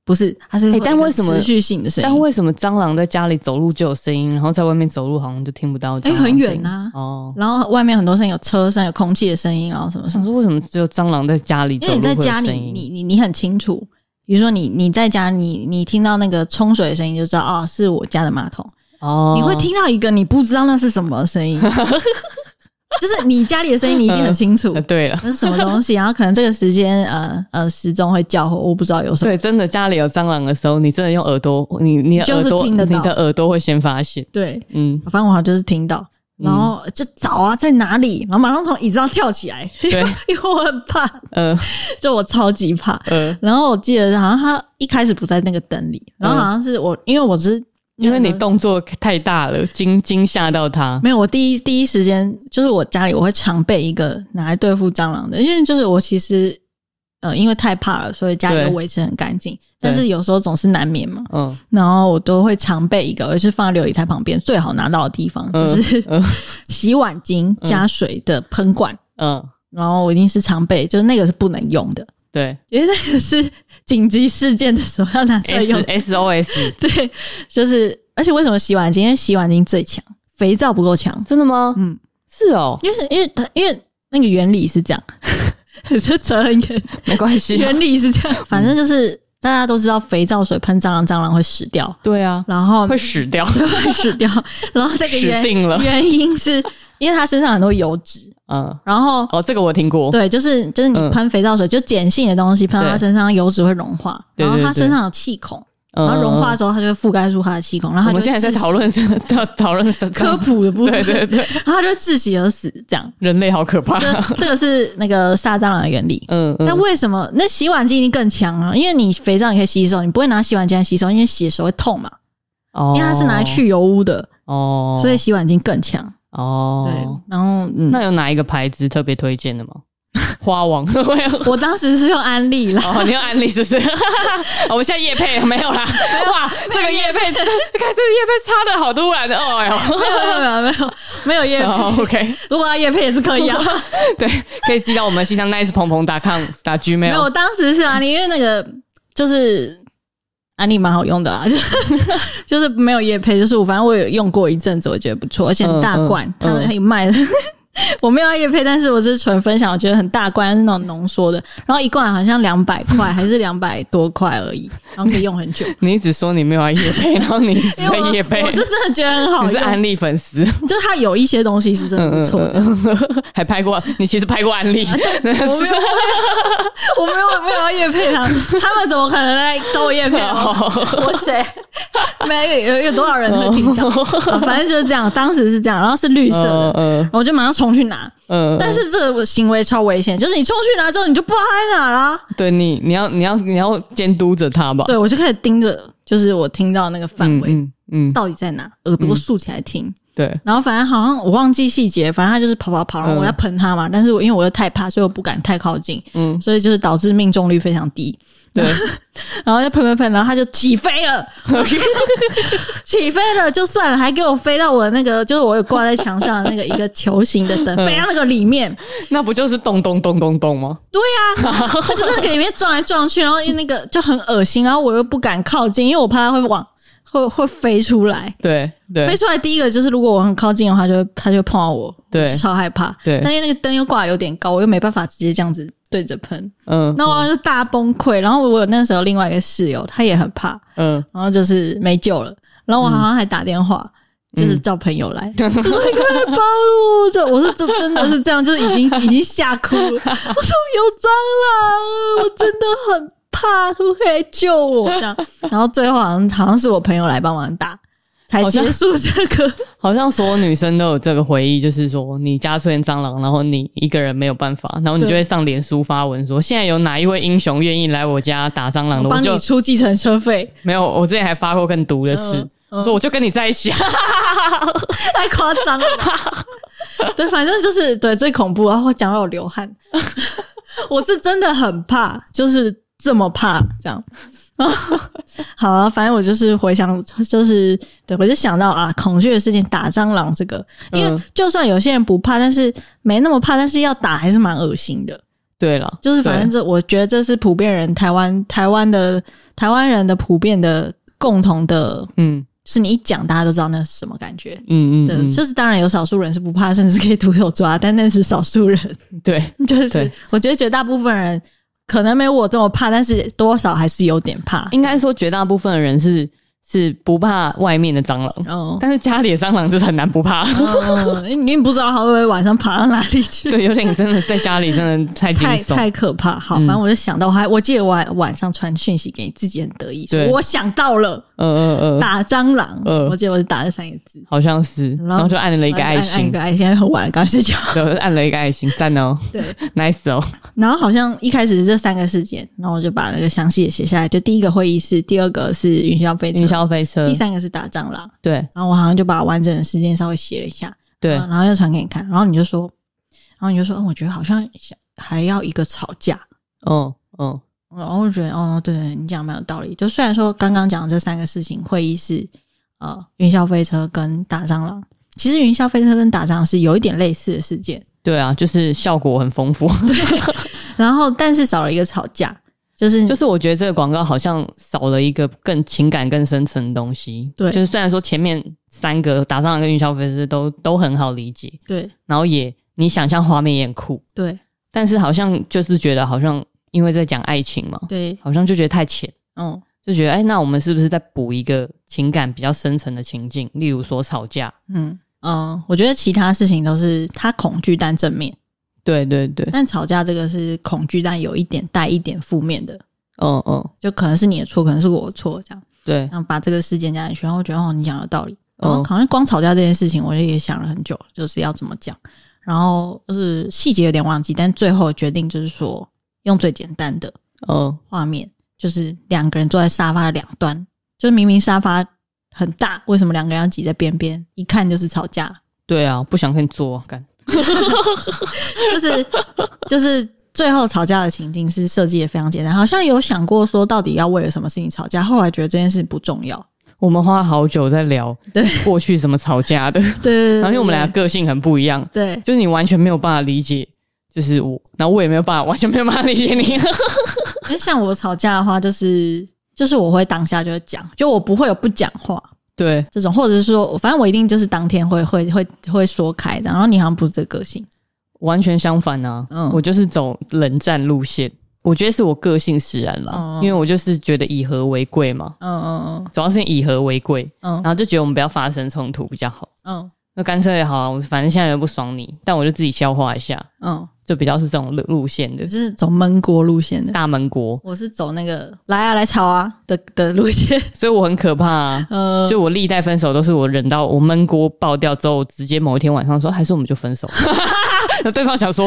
不是，它是但为什么持续性的声音？ 但为什么蟑螂在家里走路就有声音，然后在外面走路好像就听不到蟑螂声音？ 很远啊。然后外面很多声音，有车声，有空气的声音，然后什么什么。 想说为什么只有蟑螂在家里走路会有声音？ 因为你在家里，你很清楚，比如说你在家，你听到那个冲水的声音，就知道是我家的马桶。你会听到一个你不知道那是什么声音。就是你家里的声音，你一定很清楚。 对了， 那是什么东西？然后可能这个时间，时钟会叫，我不知道有什么。 对，真的家里有蟑螂的时候，你真的用耳朵，你的耳朵就是听得到， 你的耳朵会先发现。 对，反正我好像就是听到，然后就找啊，在哪里？然后马上从椅子上跳起来，对，因为我很怕，就我超级怕。然后我记得好像他一开始不在那个灯里，然后好像是我，因为我是。 因为你动作太大了，惊吓到他。 没有，我第一时间就是我家里我会常备一个拿来对付蟑螂的，因为就是我其实因为太怕了，所以家里都维持很干净，但是有时候总是难免嘛。然后我都会常备一个，而是放在琉璃台旁边，最好拿到的地方就是洗碗巾加水的喷管。然后我一定是常备，就是那个是不能用的。 对， 因为那个是紧急事件的时候要拿出来用 SOS。 对， 就是而且为什么洗碗巾？因为洗碗巾最强，肥皂不够强。 真的吗？是哦， 因为那个原理是这样。这扯很远， 没关系， 原理是这样。反正就是大家都知道肥皂水喷蟑螂，蟑螂会死掉。 对啊， 然后会死掉， 会死掉。然后这个原因是因为它身上很多油脂。然后这个我听过。 对，就是你喷肥皂水，就碱性的东西喷到它身上，油脂会融化，然后它身上有气孔，然后融化之后它就会覆盖住它的气孔，然后它就我们现在在讨论科普的部分。 对， 然后它就窒息而死，这样。 人类好可怕。 这个是那个杀蟑螂的原理。那为什么那洗碗巾一定更强啊？因为你肥皂你可以吸收，你不会拿洗碗巾来吸收，因为洗的时候会痛嘛。因为它是拿来去油污的。所以洗碗巾更强。对，然后那有哪一个牌子特别推荐的吗？花王。 我当时是用安利啦。 你用安利是不是？我们现在业配没有啦。哇，这个业配，看这个业配插的好突然的没有业配。 OK， 如果要业配也是可以啊。 对，可以寄到我们信箱 nicepongpong.com.gmail。 没有，我当时是安利，因为那个就是安利蛮好用的啦，就是没有业配，就是反正我有用过一阵子，我觉得不错，而且很大罐，它还有卖的。我没有要业配，但是我是纯分享，我觉得很大罐，是那种浓缩的，然后一罐好像200块还是200多块而已，然后可以用很久。 你一直说你没有要业配，然后你一直在业配。 我是真的觉得很好用。 你是安利粉丝， 就是它有一些东西是真的不错的。 还拍过，你其实拍过安利。 我没有要业配他们怎么可能来找我业配？我谁？有多少人会听到？反正就是这样，当时是这样，然后是绿色的，然后我就马上冲去拿。但是这个行为超危险，就是你冲去拿之后，你就不知道它在哪啦。 对，你要监督着它吧。 对，我就开始盯着，就是我听到那个范围，到底在哪？耳朵竖起来听。 对， 然后反正好像我忘记细节，反正他就是跑，然后我要喷他嘛，但是因为我又太怕，所以我不敢太靠近，所以就是导致命中率非常低。 对， 然后就喷，然后他就起飞了，起飞了就算了，还给我飞到我那个，就是我有挂在墙上的那个一个球形的灯，飞到那个里面， 那不就是咚咚咚咚咚吗？ 对啊，他就在那个里面撞来撞去，然后那个就很恶心，然后我又不敢靠近，因为我怕他会飞出来。 对， 飞出来第一个就是如果我很靠近的话，他就碰到我， 对， 超害怕。 对， 但因为那个灯又挂得有点高，我又没办法直接这样子对着喷。那我就大崩溃。然后我有那时候另外一个室友，他也很怕。然后就是没救了。然后我好像还打电话，就是叫朋友来，我说你快来帮我！我说这真的是这样，就是已经吓哭了。我说有蟑螂，我真的很怕，可不可以救我？这样，然后最后好像是我朋友来帮忙打，才结束这个。 好像所有女生都有这个回忆，就是说你家出现蟑螂，然后你一个人没有办法，然后你就会上脸书发文说，现在有哪一位英雄愿意来我家打蟑螂了， 我帮你出计程车费。 没有，我之前还发过更毒的事，说我就跟你在一起。 太夸张了吧。对，反正就是对最恐怖，然后讲到我流汗。我是真的很怕，就是这么怕这样。好啊，反正我就是回想，就是对，我就想到啊，恐惧的事情，打蟑螂这个，因为就算有些人不怕，但是没那么怕，但是要打还是蛮恶心的。 对了， 就是反正我觉得这是普遍人台湾人的普遍的共同的，就是你一讲大家都知道那是什么感觉。对，就是当然有少数人是不怕，甚至可以徒手抓，但那是少数人。 对， 就是我觉得绝大部分人可能没我这么怕，但是多少还是有点怕。 应该说绝大部分的人是不怕外面的蟑螂，但是家里的蟑螂就是很难不怕。 你不知道它会不会晚上爬到哪里去。 对，有点真的在家里真的太惊悚， 太可怕。好，反正我就想到，我记得我晚上传讯息给你，自己很得意，说我想到了，打蟑螂。我记得我是打了3个字， 好像是，然后就按了一个爱心， 按一个爱心，现在很晚了，赶快睡觉。 对，按了一个爱心，赞哦，对 ，nice 哦。 然后好像一开始是这3个事件，然后我就把那个详细的写下来。就第一个会议室，第二个是云霄飞车，第3个是打蟑螂。对，然后我好像就把完整的事件稍微写了一下，对，然后又传给你看，然后你就说，我觉得好像还要一个吵架。然后我觉得对，你讲蛮有道理。就虽然说刚刚讲的这3个事情，会议室、云霄飞车跟打蟑螂，其实云霄飞车跟打蟑螂是有一点类似的事件。对啊，就是效果很丰富。 对，然后但是少了一个吵架。 就是我觉得这个广告好像少了一个更情感更深层的东西。对，就是虽然说前面3个打蟑螂跟云霄飞车都很好理解，对，然后你想象画面也很酷，对，但是好像就是觉得好像因为在讲爱情嘛，对，好像就觉得太浅，就觉得那我们是不是再补一个情感比较深层的情境，例如说吵架。 我觉得其他事情都是他恐惧但正面。对对对，但吵架这个是恐惧，但有一点带一点负面的。就可能是你的错，可能是我的错，这样。对，然后把这个事件加进去，然后我觉得你讲的道理。好像光吵架这件事情，我也想了很久，就是要怎么讲。然后就是细节有点忘记，但最后决定就是说用最简单的画面，就是2个人坐在沙发的两端，就是明明沙发很大，为什么2个人要挤在边边？一看就是吵架。对啊，不想跟你坐，干。就是最后吵架的情境是设计也非常简单，好像有想过说到底要为了什么事情吵架，后来觉得这件事不重要。我们花好久在聊过去怎么吵架的。对，然后因为我们俩个性很不一样，对，就是你完全没有办法理解就是我，然后我也没有办法完全没有办法理解你。因为像我吵架的话就是我会当下就会讲，就我不会有不讲话。对，这种或者是说反正我一定就是当天会说开，然后你好像不是这个个性。完全相反啊，我就是走冷战路线。我觉得是我个性使然啦，因为我就是觉得以和为贵嘛。主要是以和为贵，然后就觉得我们不要发生冲突比较好。那干脆好，反正现在又不爽你，但我就自己消化一下。就比较是这种路线的，就是走闷锅路线的，大闷锅。我是走那个来啊来吵啊的路线，所以我很可怕啊。就我历代分手都是我忍到我闷锅爆掉之后，直接某一天晚上说还是我们就分手。那对方想说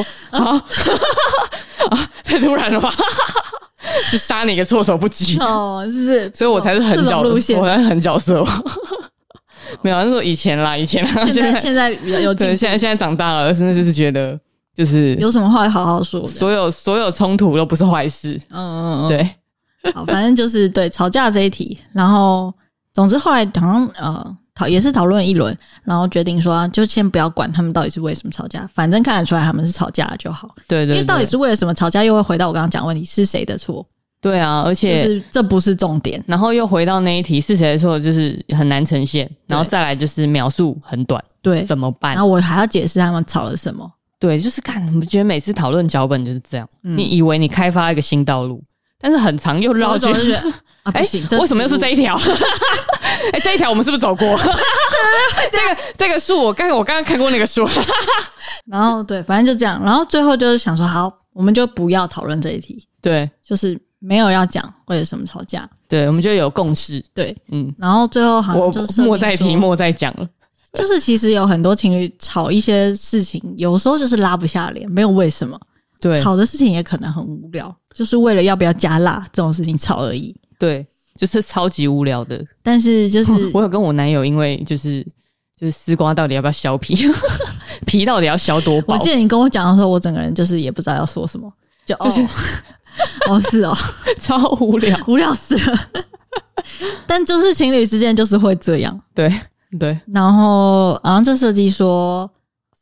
太突然了吧，就杀你一个措手不及。是，所以我才是很角路线，我才是很角色。没有，那时候以前啦，现在比较有对，现在长大了，真的就是觉得就是有什么话好好说，所有冲突都不是坏事。对，好，反正就是对吵架这一题，然后总之后来好像也是讨论一轮，然后决定说就先不要管他们到底是为什么吵架，反正看得出来他们是吵架了就好。对对，因为到底是为了什么吵架，又会回到我刚刚讲的问题，是谁的错？对啊，而且就是这不是重点，然后又回到那一题是谁的错，就是很难呈现，然后再来就是描述很短，对，怎么办？然后我还要解释他们吵了什么。对，就是看我们觉得每次讨论脚本就是这样，你以为你开发一个新道路，但是很长又绕去，不行，为什么又是这一条？这一条我们是不是走过？这个树我刚刚看过那个树。然后对，反正就这样，然后最后就是想说好，我们就不要讨论这一题。对，就是没有要讲为了什么吵架。对，我们就有共识。对，然后最后好像就是莫再提莫再讲了。就是其实有很多情侣吵一些事情，有时候就是拉不下脸，没有为什么。对，吵的事情也可能很无聊，就是为了要不要加辣这种事情吵而已。对，就是超级无聊的。但是就是我有跟我男友因为就是丝瓜到底要不要削皮，皮到底要削多薄。我记得你跟我讲的时候，我整个人就是也不知道要说什么，就是是哦，超无聊，无聊死了。但就是情侣之间就是会这样。对对，然后好像这设计说，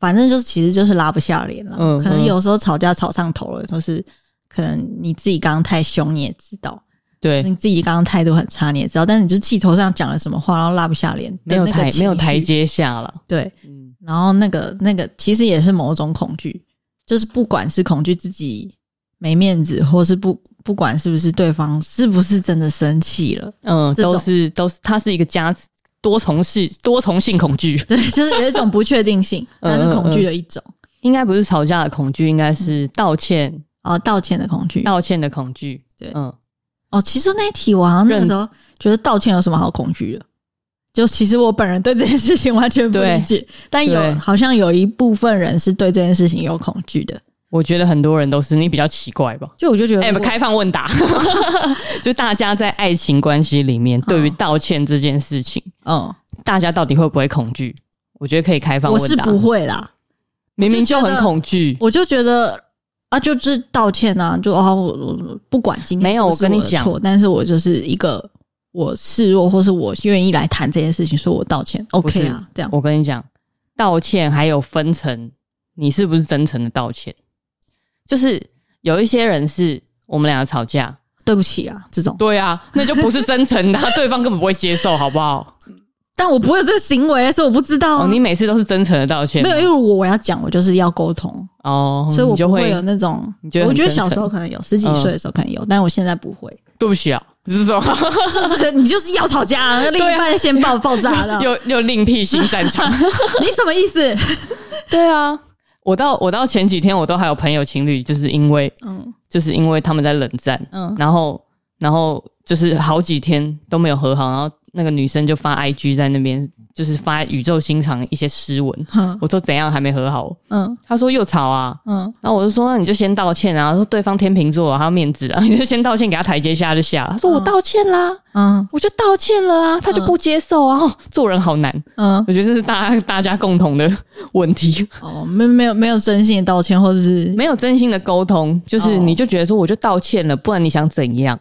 反正就是其实就是拉不下脸了。可能有时候吵架吵上头了，就是可能你自己刚刚太凶，你也知道。 对， 你自己刚刚态度很差，你也知道，但是你就气头上讲了什么话，然后拉不下脸， 没有台阶下了。 对，然后那个其实也是某种恐惧，就是不管是恐惧自己没面子，或是不管是不是对方是不是真的生气了，都是，它是一个多重性恐惧。对，就是有一种不确定性，但是恐惧的一种。 应该不是吵架的恐惧，应该是道歉。 道歉的恐惧。 道歉的恐惧。对， 其实那一题我好像那个时候觉得道歉有什么好恐惧的，就其实我本人对这件事情完全不理解，但好像有一部分人是对这件事情有恐惧的。 我觉得很多人都是，你比较奇怪吧？ 就我就觉得， 开放问答，就大家在爱情关系里面，对于道歉这件事情，大家到底会不会恐惧？我觉得可以开放问答。 我是不会啦， 明明就很恐惧， 我就觉得。就是道歉啊，就我不管今天是不是我的错，没有，我跟你讲，但是我就是一个我示弱，或是我愿意来谈这件事情，说我道歉 ，OK 啊，这样。 我跟你讲，道歉还有分层，你是不是真诚的道歉？就是有一些人是我们两个吵架， 对不起啊，这种， 对啊，那就不是真诚的，对方根本不会接受，好不好？ 但我不会有这个行为，所以我不知道。 你每次都是真诚的道歉？ 没有，因为我要讲，我就是要沟通所以我不会有那种。我觉得小时候可能有，10几岁的时候可能有，但我现在不会。 对不起啊，这种这个你就是要吵架，另一半先爆炸了， 又另辟新战场。 你什么意思？ 对啊，我到前几天我都还有朋友情侣，就是因为他们在冷战，然后就是好几天都没有和好，然后那个女生就发 IG 在那边，就是发语重心长一些诗文。我说怎样还没和好？他说又吵啊。然后我就说那你就先道歉啊。说对方天秤座，他要面子啊，你就先道歉，给他台阶下就下了。他说我道歉啦，我就道歉了啊，他就不接受啊。做人好难。我觉得这是大家共同的问题。 没有真心的道歉，或者是没有真心的沟通，就是你就觉得说我就道歉了，不然你想怎样？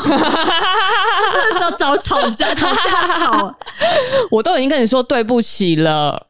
真的找吵架， 我都已经跟你说对不起了。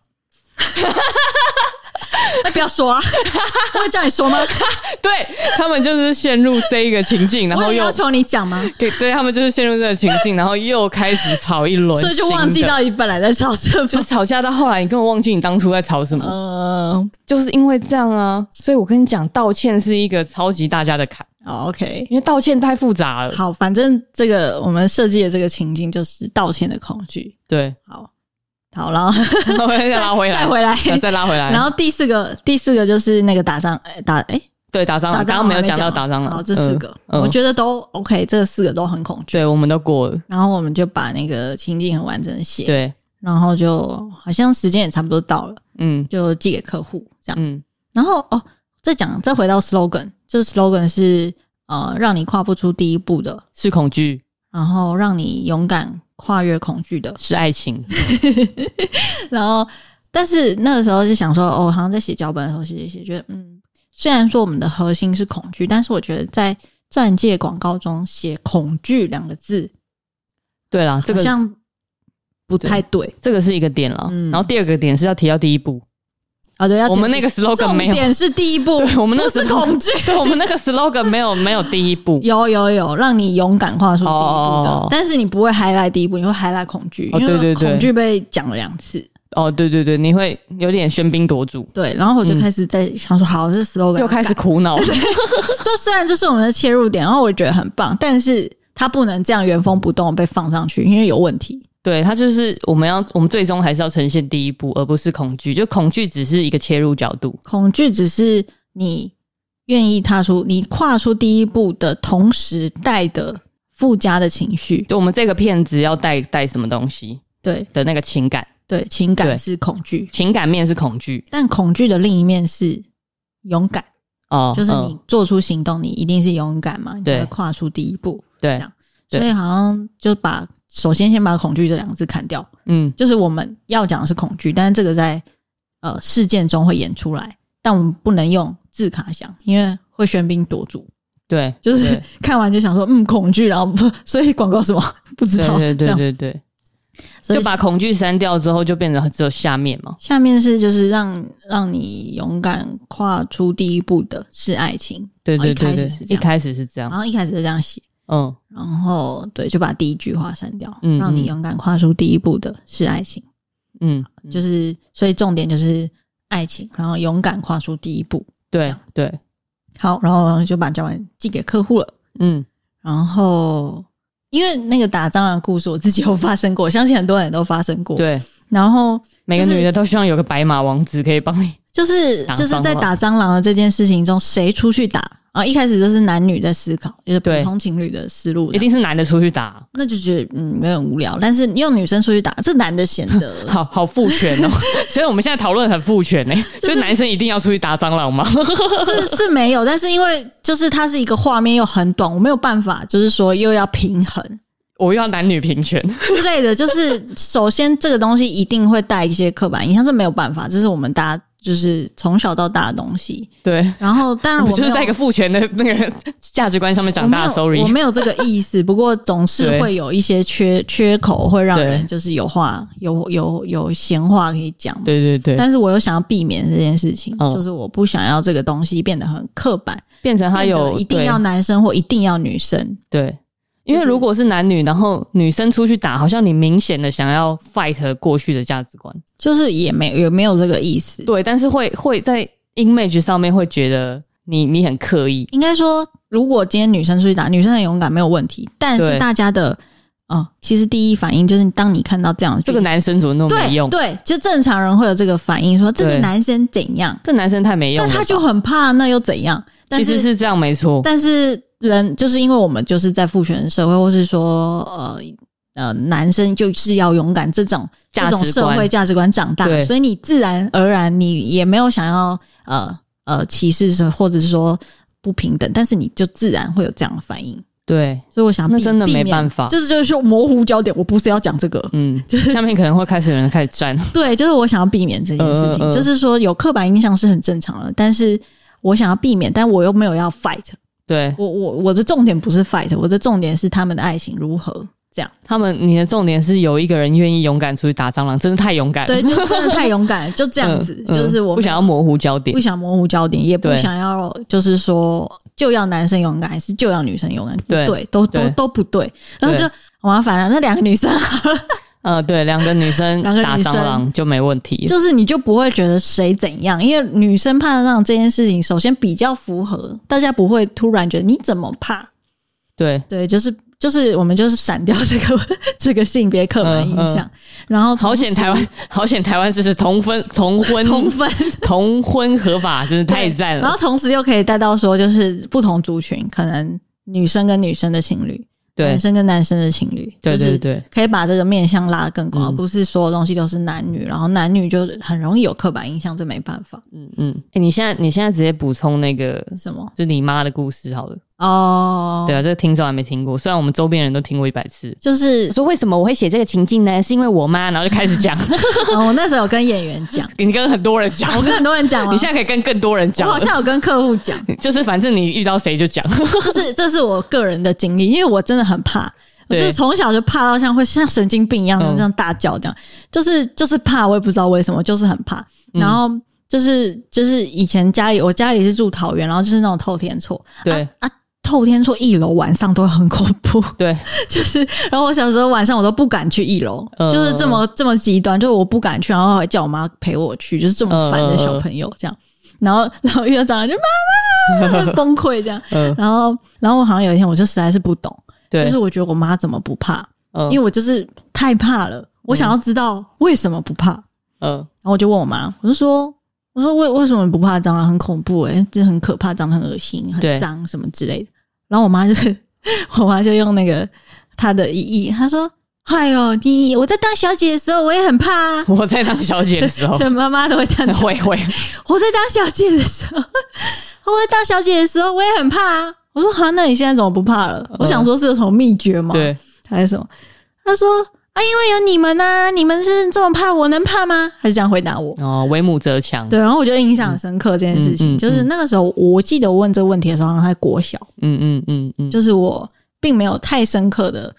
那不要说啊，我会叫你说吗？ 对，他们就是陷入这一个情境，然后又要求你讲吗？ 对，他们就是陷入这个情境，然后又开始吵一轮， 所以就忘记到你本来在吵什么， 就是吵架到后来，你根本忘记你当初在吵什么。就是因为这样啊，所以我跟你讲，道歉是一个超级大家的坎。 OK， 因为道歉太复杂了。 好，反正这个我们设计的这个情境就是道歉的恐惧。 对， 好，然后再拉回来，再拉回来。 然后第四个就是那个打仗， 对，打仗，刚刚没有讲到打仗了。 好，这4个我觉得都 OK， 这4个都很恐惧。 对，我们都过了。 然后我们就把那个情境很完整的写。 对， 然后就好像时间也差不多到了，就寄给客户这样。然后再回到 slogan， 就是 slogan 是让你跨不出第一步的是恐惧， 然后让你勇敢跨越恐惧的是爱情。 然后但是那个时候就想说好像在写脚本的时候写觉得虽然说我们的核心是恐惧，但是我觉得在钻戒广告中写恐惧2个字， 对啦，这个好像不太对， 这个是一个点啦。然后第二个点是要提到第一步。 对， 我们那个 slogan 没有， 重点是第一步， 对，我们那个不是恐惧， 对，我们那个 slogan 没有第一步， 有让你勇敢跨出第一步的，但是你不会highlight第一步，你会highlight恐惧，因为恐惧被讲了2次。对，你会有点喧宾夺主。对，然后我就开始在想说，好，这 slogan 又开始苦恼。就虽然这是我们的切入点，然后我觉得很棒，但是它不能这样原封不动被放上去，因为有问题。 对，它就是我们最终还是要呈现第一步，而不是恐惧。就恐惧只是一个切入角度， 恐惧只是你愿意你跨出第一步的同时带的附加的情绪。 就我们这个片子要带什么东西？ 对的那个情感。 对，情感是恐惧， 情感面是恐惧， 但恐惧的另一面是勇敢。就是你做出行动，你一定是勇敢嘛，你才会跨出第一步。对，这样，所以好像就首先先把恐惧这2个字砍掉。就是我们要讲的是恐惧，但是这个在事件中会演出来，但我们不能用字卡想，因为会喧宾夺主。对，就是看完就想说恐惧，然后所以广告什么不知道。对。 就把恐惧删掉之后就变成只有下面嘛。 下面是就是让你勇敢跨出第一步的是爱情。 对对对对，一开始是这样， 然后一开始是这样写，然后对，就把第一句话删掉，让你勇敢跨出第一步的是爱情。就是所以重点就是爱情，然后勇敢跨出第一步。 对对， 好，然后就把脚本寄给客户了。然后因为那个打蟑螂的故事我自己有发生过，我相信很多人都发生过。 对， 然后、 每个女的都希望有个白马王子可以帮你， 就是在打蟑螂的这件事情中，谁出去打？一开始就是男女在思考，就是普通情侣的思路， 一定是男的出去打， 那就觉得有点无聊。但是用女生出去打，这男的显得好父权哦。所以我们现在讨论很父权欸，就是男生一定要出去打蟑螂吗？ 是没有，但是因为就是它是一个画面又很短，我没有办法，就是说又要平衡， 我又要男女平权之类的。就是首先这个东西一定会带一些刻板印象，这没有办法，这是我们大家就是从小到大的东西。 对， 然后当然我就是在一个父权的那个价值观上面长大的。 我没有这个意思，不过总是会有一些缺口，会让人就是有话有闲话可以讲。 对对对。 但是我又想要避免这件事情，就是我不想要这个东西变得很刻板， 变成他有一定要男生或一定要女生。 对。因为如果是男女，然后女生出去打，好像你明显的想要 fight 过去的价值观， 就是也没有这个意思。 对，但是会在 image 上面会觉得你很刻意。 应该说，如果今天女生出去打，女生很勇敢没有问题，但是大家的其实第一反应就是当你看到这样， 这个男生怎么那么没用？ 对，就正常人会有这个反应，说这个男生怎样？ 这男生太没用了， 但他就很怕，那又怎样？ 其实是这样没错， 但是人就是因为我们就是在父权社会，或是说男生就是要勇敢这种社会价值观长大，所以你自然而然你也没有想要歧视或者是说不平等，但是你就自然会有这样的反应。 对， 所以我想那真的没办法， 就是说模糊焦点，我不是要讲这个， 就是下面可能会有人开始站。 对，就是我想要避免这件事情，就是说有刻板印象是很正常的，但是我想要避免，但我又没有要 fight。 对， 我的重点不是 fight， 我的重点是他们的爱情如何这样。 你的重点是有一个人愿意勇敢出去打蟑螂，真的太勇敢了。 对，就真的太勇敢了，就这样子。就是我不想要模糊焦点， 不想模糊焦点，也不想要就是说就要男生勇敢还是就要女生勇敢，不对，都不对。然后就麻烦了，那两个女生对，两个女生打蟑螂就没问题， 就是你就不会觉得谁怎样，因为女生怕蟑螂这件事情，首先比较符合，大家不会突然觉得你怎么怕。对，就是我们就是闪掉这个性别刻板印象，然后好险台湾就是同婚合法，真是太赞了。 然后同时又可以带到说，就是不同族群，可能女生跟女生的情侣。男生跟男生的情侣， 对对对， 可以把这个面向拉得更广，而不是所有东西都是男女，然后男女就很容易有刻板印象，这没办法。 你现在直接补充那个什么， 就你妈的故事好了。对啊，这个听众还没听过，虽然我们周边人都听过100次。就是说为什么我会写这个情境呢？是因为我妈，然后就开始讲。我那时候有跟演员讲， 你跟很多人讲， 我跟很多人讲， 你现在可以跟更多人讲。 我好像有跟客户讲， 就是反正你遇到谁就讲。 这是我个人的经历，因为我真的很怕。我就是从小就怕到会像神经病一样的这样大叫这样，就是怕，我也不知道为什么，就是很怕。然后就是以前我家里是住桃园，然后就是那种透天厝， 对透天厝1楼晚上都会很恐怖， 对， 然后我小时候晚上我都不敢去1楼，就是这么极端，就是我不敢去，然后还叫我妈陪我去，就是这么烦的小朋友这样，然后遇到蟑螂就妈妈崩溃这样，然后我好像有一天我就实在是不懂。就是我觉得我妈怎么不怕，因为我就是太怕了，我想要知道为什么不怕，然后我就问我妈，我说为什么不怕蟑螂？很恐怖这很可怕，蟑螂很恶心，很脏什么之类的。然后我妈就用那个她的意义，她说：“哎呦，我在当小姐的时候我也很怕啊。” 我在当小姐的时候， 对，妈妈都会这样讲。 会。 我在当小姐的时候，我也很怕啊。我说那你现在怎么不怕了？我想说是有什么秘诀吗？ 对， 还是什么？他说因为有你们啊，你们是这么怕，我能怕吗？还是这样回答我？ 为母则强。对， 然后我就印象很深刻这件事情，就是那个时候我记得我问这个问题的时候，好像还国小。就是我并没有太深刻的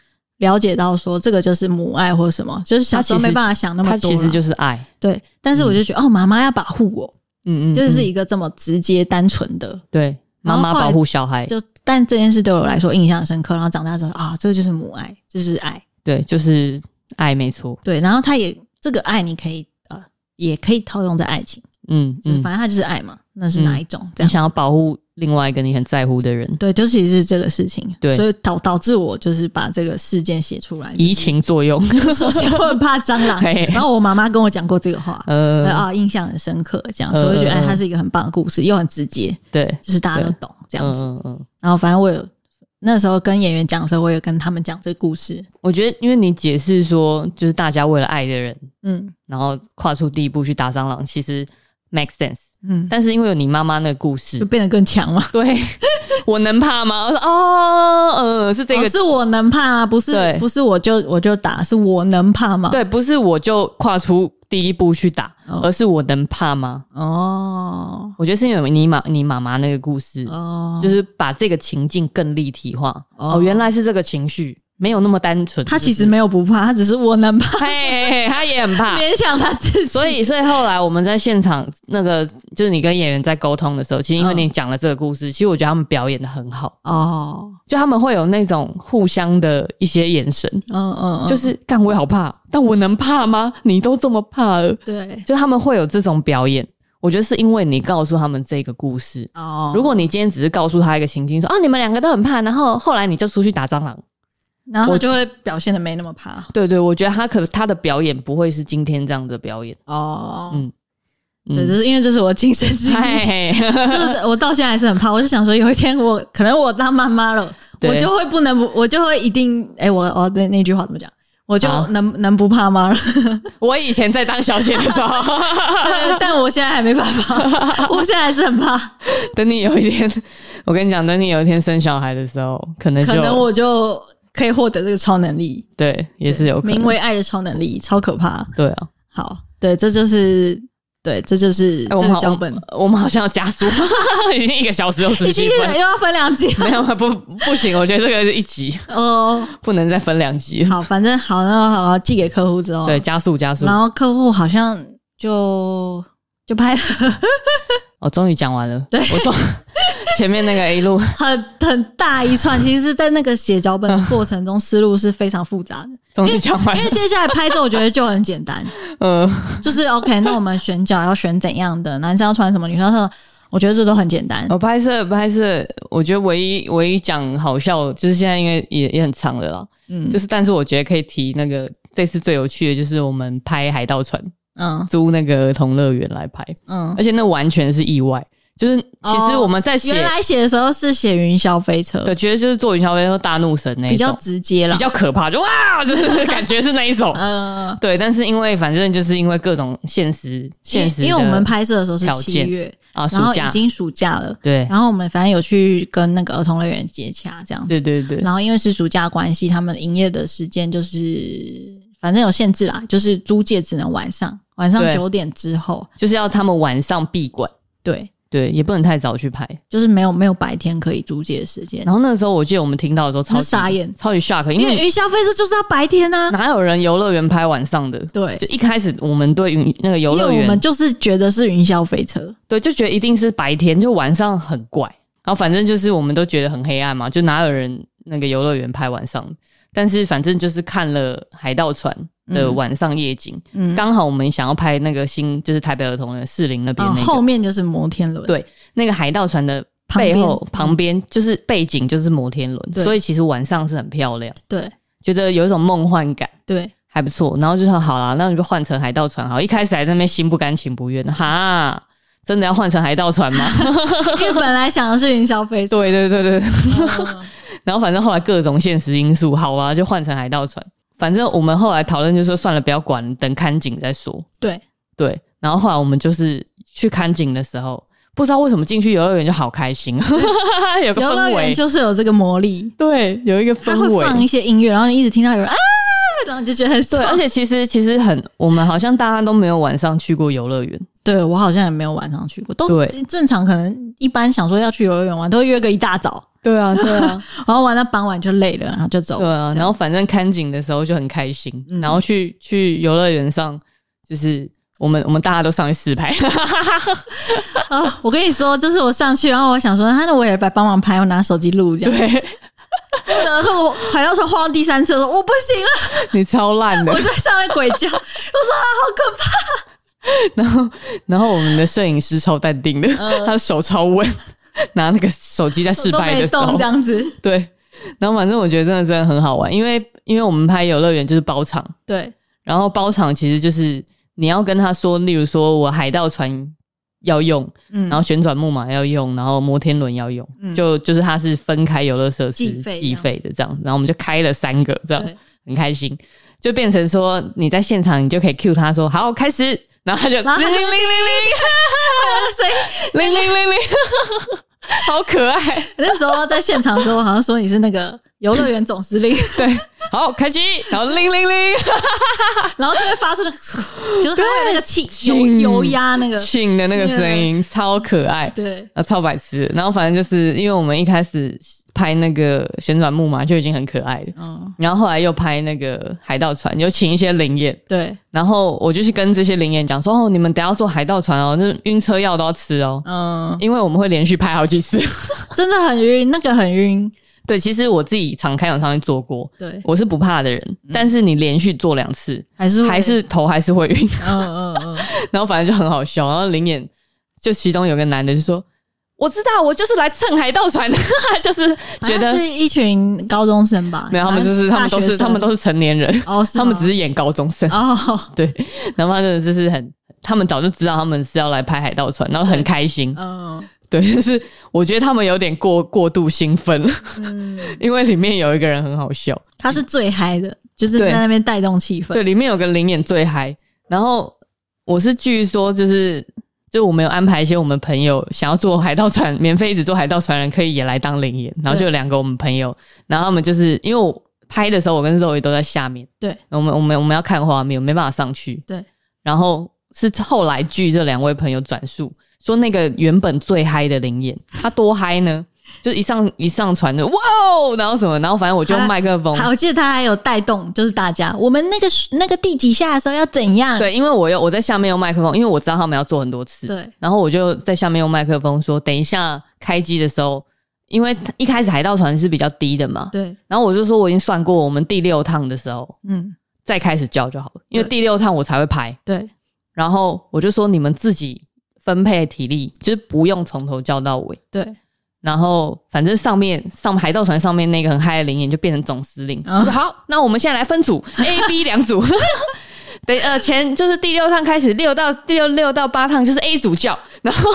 了解到说这个就是母爱或什么，就是小时候没办法想那么多， 它其实就是爱。 对，但是我就觉得妈妈要保护我，就是一个这么直接单纯的， 对，妈妈保护小孩。 但这件事对我来说印象深刻，然后长大之后这个就是母爱，就是爱， 对，就是爱，没错。 对，然后它也这个爱你可以也可以套用在爱情，就是反正它就是爱嘛，那是哪一种？ 你想要保护另外一个你很在乎的人， 对，就其实是这个事情， 对， 所以导致我就是把这个事件写出来， 移情作用。 首先我很怕蟑螂，然后我妈妈跟我讲过这个话，印象很深刻，这样，所以我就觉得它是一个很棒的故事，又很直接， 对， 就是大家都懂这样子。然后反正我有那时候跟演员讲的时候，我有跟他们讲这个故事。 我觉得因为你解释说，就是大家为了爱的人，然后跨出第一步去打蟑螂，其实 make sense。但是因为有你妈妈那个故事， 就变得更强了。 对，我能怕吗？我说是这个， 是我能怕吗？不是我就打，是我能怕吗？ 对，不是我就跨出第一步去打，而是我能怕吗？我觉得是因为你妈妈那个故事，就是把这个情境更立体化。原来是这个情绪。没有那么单纯， 他其实没有不怕，他只是我能怕， 他也很怕， 勉强他自己。 所以后来我们在现场那个，就是你跟演员在沟通的时候，其实因为你讲了这个故事，其实我觉得他们表演的很好就他们会有那种互相的一些眼神，就是干我也好怕，但我能怕吗？你都这么怕了， 对， 就他们会有这种表演。我觉得是因为你告诉他们这个故事如果你今天只是告诉他一个情境说你们两个都很怕，然后后来你就出去打蟑螂。 然后就会表现的没那么怕。 对，我觉得他的表演不会是今天这样的表演。 对，就是因为这是我亲身经历，就是我到现在还是很怕。我就想说，有一天可能我当妈妈了，我就会我就会一定我那句话怎么讲？我就能不怕吗？ 我以前在当小姐的时候， 但我现在还没办法，我现在还是很怕。 等你有一天，我跟你讲，等你有一天生小孩的时候，可能我就可以获得这个超能力。 对，也是有可能名为爱的超能力，超可怕。 对啊， 好，对，这就是这个脚本。 我们好像要加速，已经1个小时60几分， 又要分2集。 没有，不行，我觉得这个是1集不能再分2集。 好，反正好，那好寄给客户之后， 对，加速，然后客户好像就拍了。 终于讲完了。 对， 我说前面那个一路很大一串，其实是在那个写脚本的过程中，思路是非常复杂的。 终于讲完了， 因为接下来拍之后，我觉得就很简单。就是 OK， 那我们选角要选怎样的，男生要穿什么，女生要穿什么，我觉得这都很简单。 拍摄，我觉得唯一讲好笑，就是现在因为也很长了啦。就是但是我觉得可以提那个这次最有趣的就是我们拍海盗船。租那个儿童乐园来拍，而且那完全是意外，就是其实我们在原来写的时候是写云霄飞车， 对，觉得就是坐云霄飞车大怒神那一种， 比较直接啦， 比较可怕，就哇，就是感觉是那一种，对，但是因为反正就是因为各种现实， 因为我们拍摄的时候是7月然后已经暑假了， 对， 然后我们反正有去跟那个儿童乐园接洽这样子， 对， 然后因为是暑假关系，他们营业的时间就是反正有限制啦，就是租借只能晚上9点之后， 就是要他们晚上闭馆，对，也不能太早去拍， 就是没有白天可以租借的时间。 然后那个时候我记得我们听到的时候超级傻眼， 超级 shock， 因为云霄飞车就是要白天啊， 哪有人游乐园拍晚上的？对，就一开始我们对那个游乐园， 因为我们就是觉得是云霄飞车， 对，就觉得一定是白天，就晚上很怪。然后反正就是我们都觉得很黑暗嘛，就哪有人那个游乐园拍晚上？但是反正就是看了海盗船的晚上夜景，刚好我们想要拍那个就是台北儿童的士林那边那个， 后面就是摩天轮， 对，那个海盗船的背后旁边就是背景就是摩天轮，所以其实晚上是很漂亮， 对， 觉得有一种梦幻感， 对， 还不错。然后就说好啦，那你就换成海盗船好，一开始还在那边心不甘情不愿，哈，真的要换成海盗船吗？ 因为本来想的是云霄飞车， 对。然后反正后来各种现实因素，好啊，就换成海盗船。反正我们后来讨论就说算了，不要管，等看景再说。对，然后后来我们就是去看景的时候，不知道为什么进去游乐园就好开心，有个氛围，游乐园就是有这个魔力， 对，有一个氛围， 它会放一些音乐，然后你一直听到有人啊，然后你就觉得很爽。 对，而且其实我们好像大家都没有晚上去过游乐园。 对，我好像也没有晚上去过，都正常，可能一般想说要去游乐园玩，都会约个一大早。 对啊， 然后玩到傍晚就累了，然后就走了。 对啊，然后反正看景的时候就很开心，然后去游乐园上，就是我们大家都上去试拍。 我跟你说，就是我上去，然后我想说，那我也来帮忙拍，我拿手机录这样。 对。 然后我海盗船晃到第3次，我说我不行了， 你超烂的， 我在上面鬼叫，我说好可怕。然后我们的摄影师超淡定的，他的手超稳，拿那个手机在试拍的时候都没动这样子。 对，然后反正我觉得真的很好玩，因为我们拍游乐园就是包场， 对， 然后包场其实就是你要跟他说，例如说我海盗船要用，然后旋转木马要用，然后摩天轮要用，就是它是分开游乐设施计费的这样，然后我们就开了3个这样，很开心，就变成说你在现场你就可以 cue 他说好开始，然后他就0000000，好可爱。 那时候在现场的时候，好像说你是那个游乐园总司令， 对，好开机，然后000， 然后就会发出就是它会那个气油压那个庆的那个声音，超可爱， 对， 超白痴。然后反正就是因为我们一开始拍那个旋转木马就已经很可爱了，然后后来又拍那个海盗船，有请一些灵演， 对， 然后我就去跟这些灵演讲说，你们等一下要坐海盗船哦，那晕车药都要吃哦，因为我们会连续拍好几次， 真的很晕，那个很晕。 对，其实我自己常开场上面做过， 对， 我是不怕的人，但是你连续做2次，还是头还是会晕，然后反正就很好笑，然后灵演就其中有个男的就说，我知道，我就是来蹭海盗船的，就是觉得是一群高中生吧？ 没有，他们都是成年人，他们只是演高中生对，然后就是他们早就知道他们是要来拍海盗船，然后很开心，对，就是我觉得他们有点过度兴奋了，因为里面有一个人很好笑， 他是最嗨的，就是在那边带动气氛。 对，里面有个灵演最嗨，然后我是据说就是我们有安排一些我们朋友想要坐海盗船，免费一直坐海盗船的人可以也来当灵演，然后就有2个我们朋友，然后他们就是因为我拍的时候我跟Zoe都在下面， 对， 我们要看画面，我没办法上去，对，然后是后来据这2位朋友转述说，那个原本最嗨的灵演他多嗨呢，就是一上船就哇哦，然后什么，然后反正我就用麦克风， 我记得他还有带动，就是大家我们那个第几下的时候要怎样？ 对，因为我在下面用麦克风，因为我知道他们要做很多次，对，然后我就在下面用麦克风说，等一下开机的时候，因为一开始海盗船是比较低的嘛，对，然后我就说我已经算过，我们第6趟的时候，再开始叫就好了，因为第6趟我才会拍，对，然后我就说你们自己分配体力，就是不用从头叫到尾，对。然后反正上海盗船上面那个很嗨的灵演就变成总司令，说好，那我们现在来分组 A、B 2组。对，前就是第6趟开始6到8趟就是 A 组叫，然后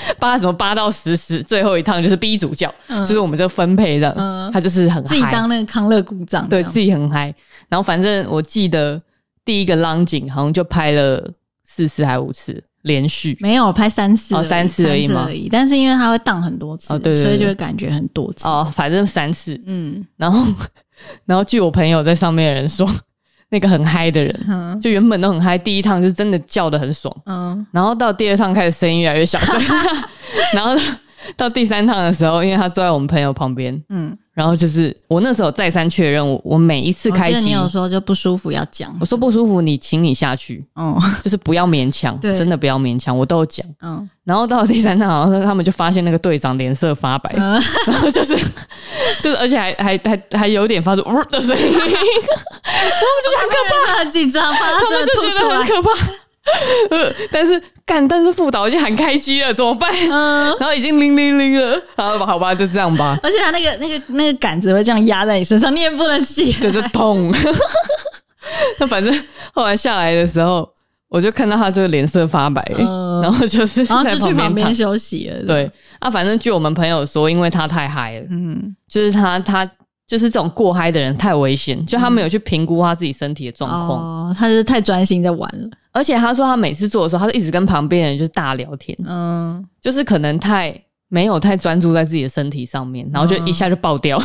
8到10最后一趟就是 B 组叫，就是我们就分配这样，他就是很嗨， 自己当那个康乐股长， 对自己很嗨。然后反正我记得第一个浪景好像就拍了4次还5次。连续没有拍3次 3次而已吗？ 但是因为它会荡很多次， 对， 所以就会感觉很多次反正3次。然后据我朋友在上面的人说，那个很嗨的人，就原本都很嗨，第1趟是真的叫得很爽，然后到第2趟开始声音越来越小声，然后到第3趟的时候，因为他坐在我们朋友旁边，然后就是我那时候再三确认，我每一次开机， 你有说就不舒服要讲， 我说不舒服，请你下去，就是不要勉强，真的不要勉强，我都有讲，然后到第3趟，好像他们就发现那个队长脸色发白，然后就是，而且还有点发出的声音，然后我就觉得很可怕， 很紧张，他们就觉得很可怕。但是副导已经喊开机了，怎么办？然后已经000了，好吧，就这样吧。 而且他那个杆子会这样压在你身上，你也不能起， 对，就痛。那反正后来下来的时候，我就看到他这个脸色发白，然后就是然后就去旁边休息了。 对反正据我们朋友说，因为他太嗨了，就是他就是这种过嗨的人太危险，就他没有去评估他自己身体的状况， 他就是太专心在玩了。 而且他说他每次做的时候，他就一直跟旁边的人就是大聊天，就是可能没有太专注在自己的身体上面，然后就一下就爆掉，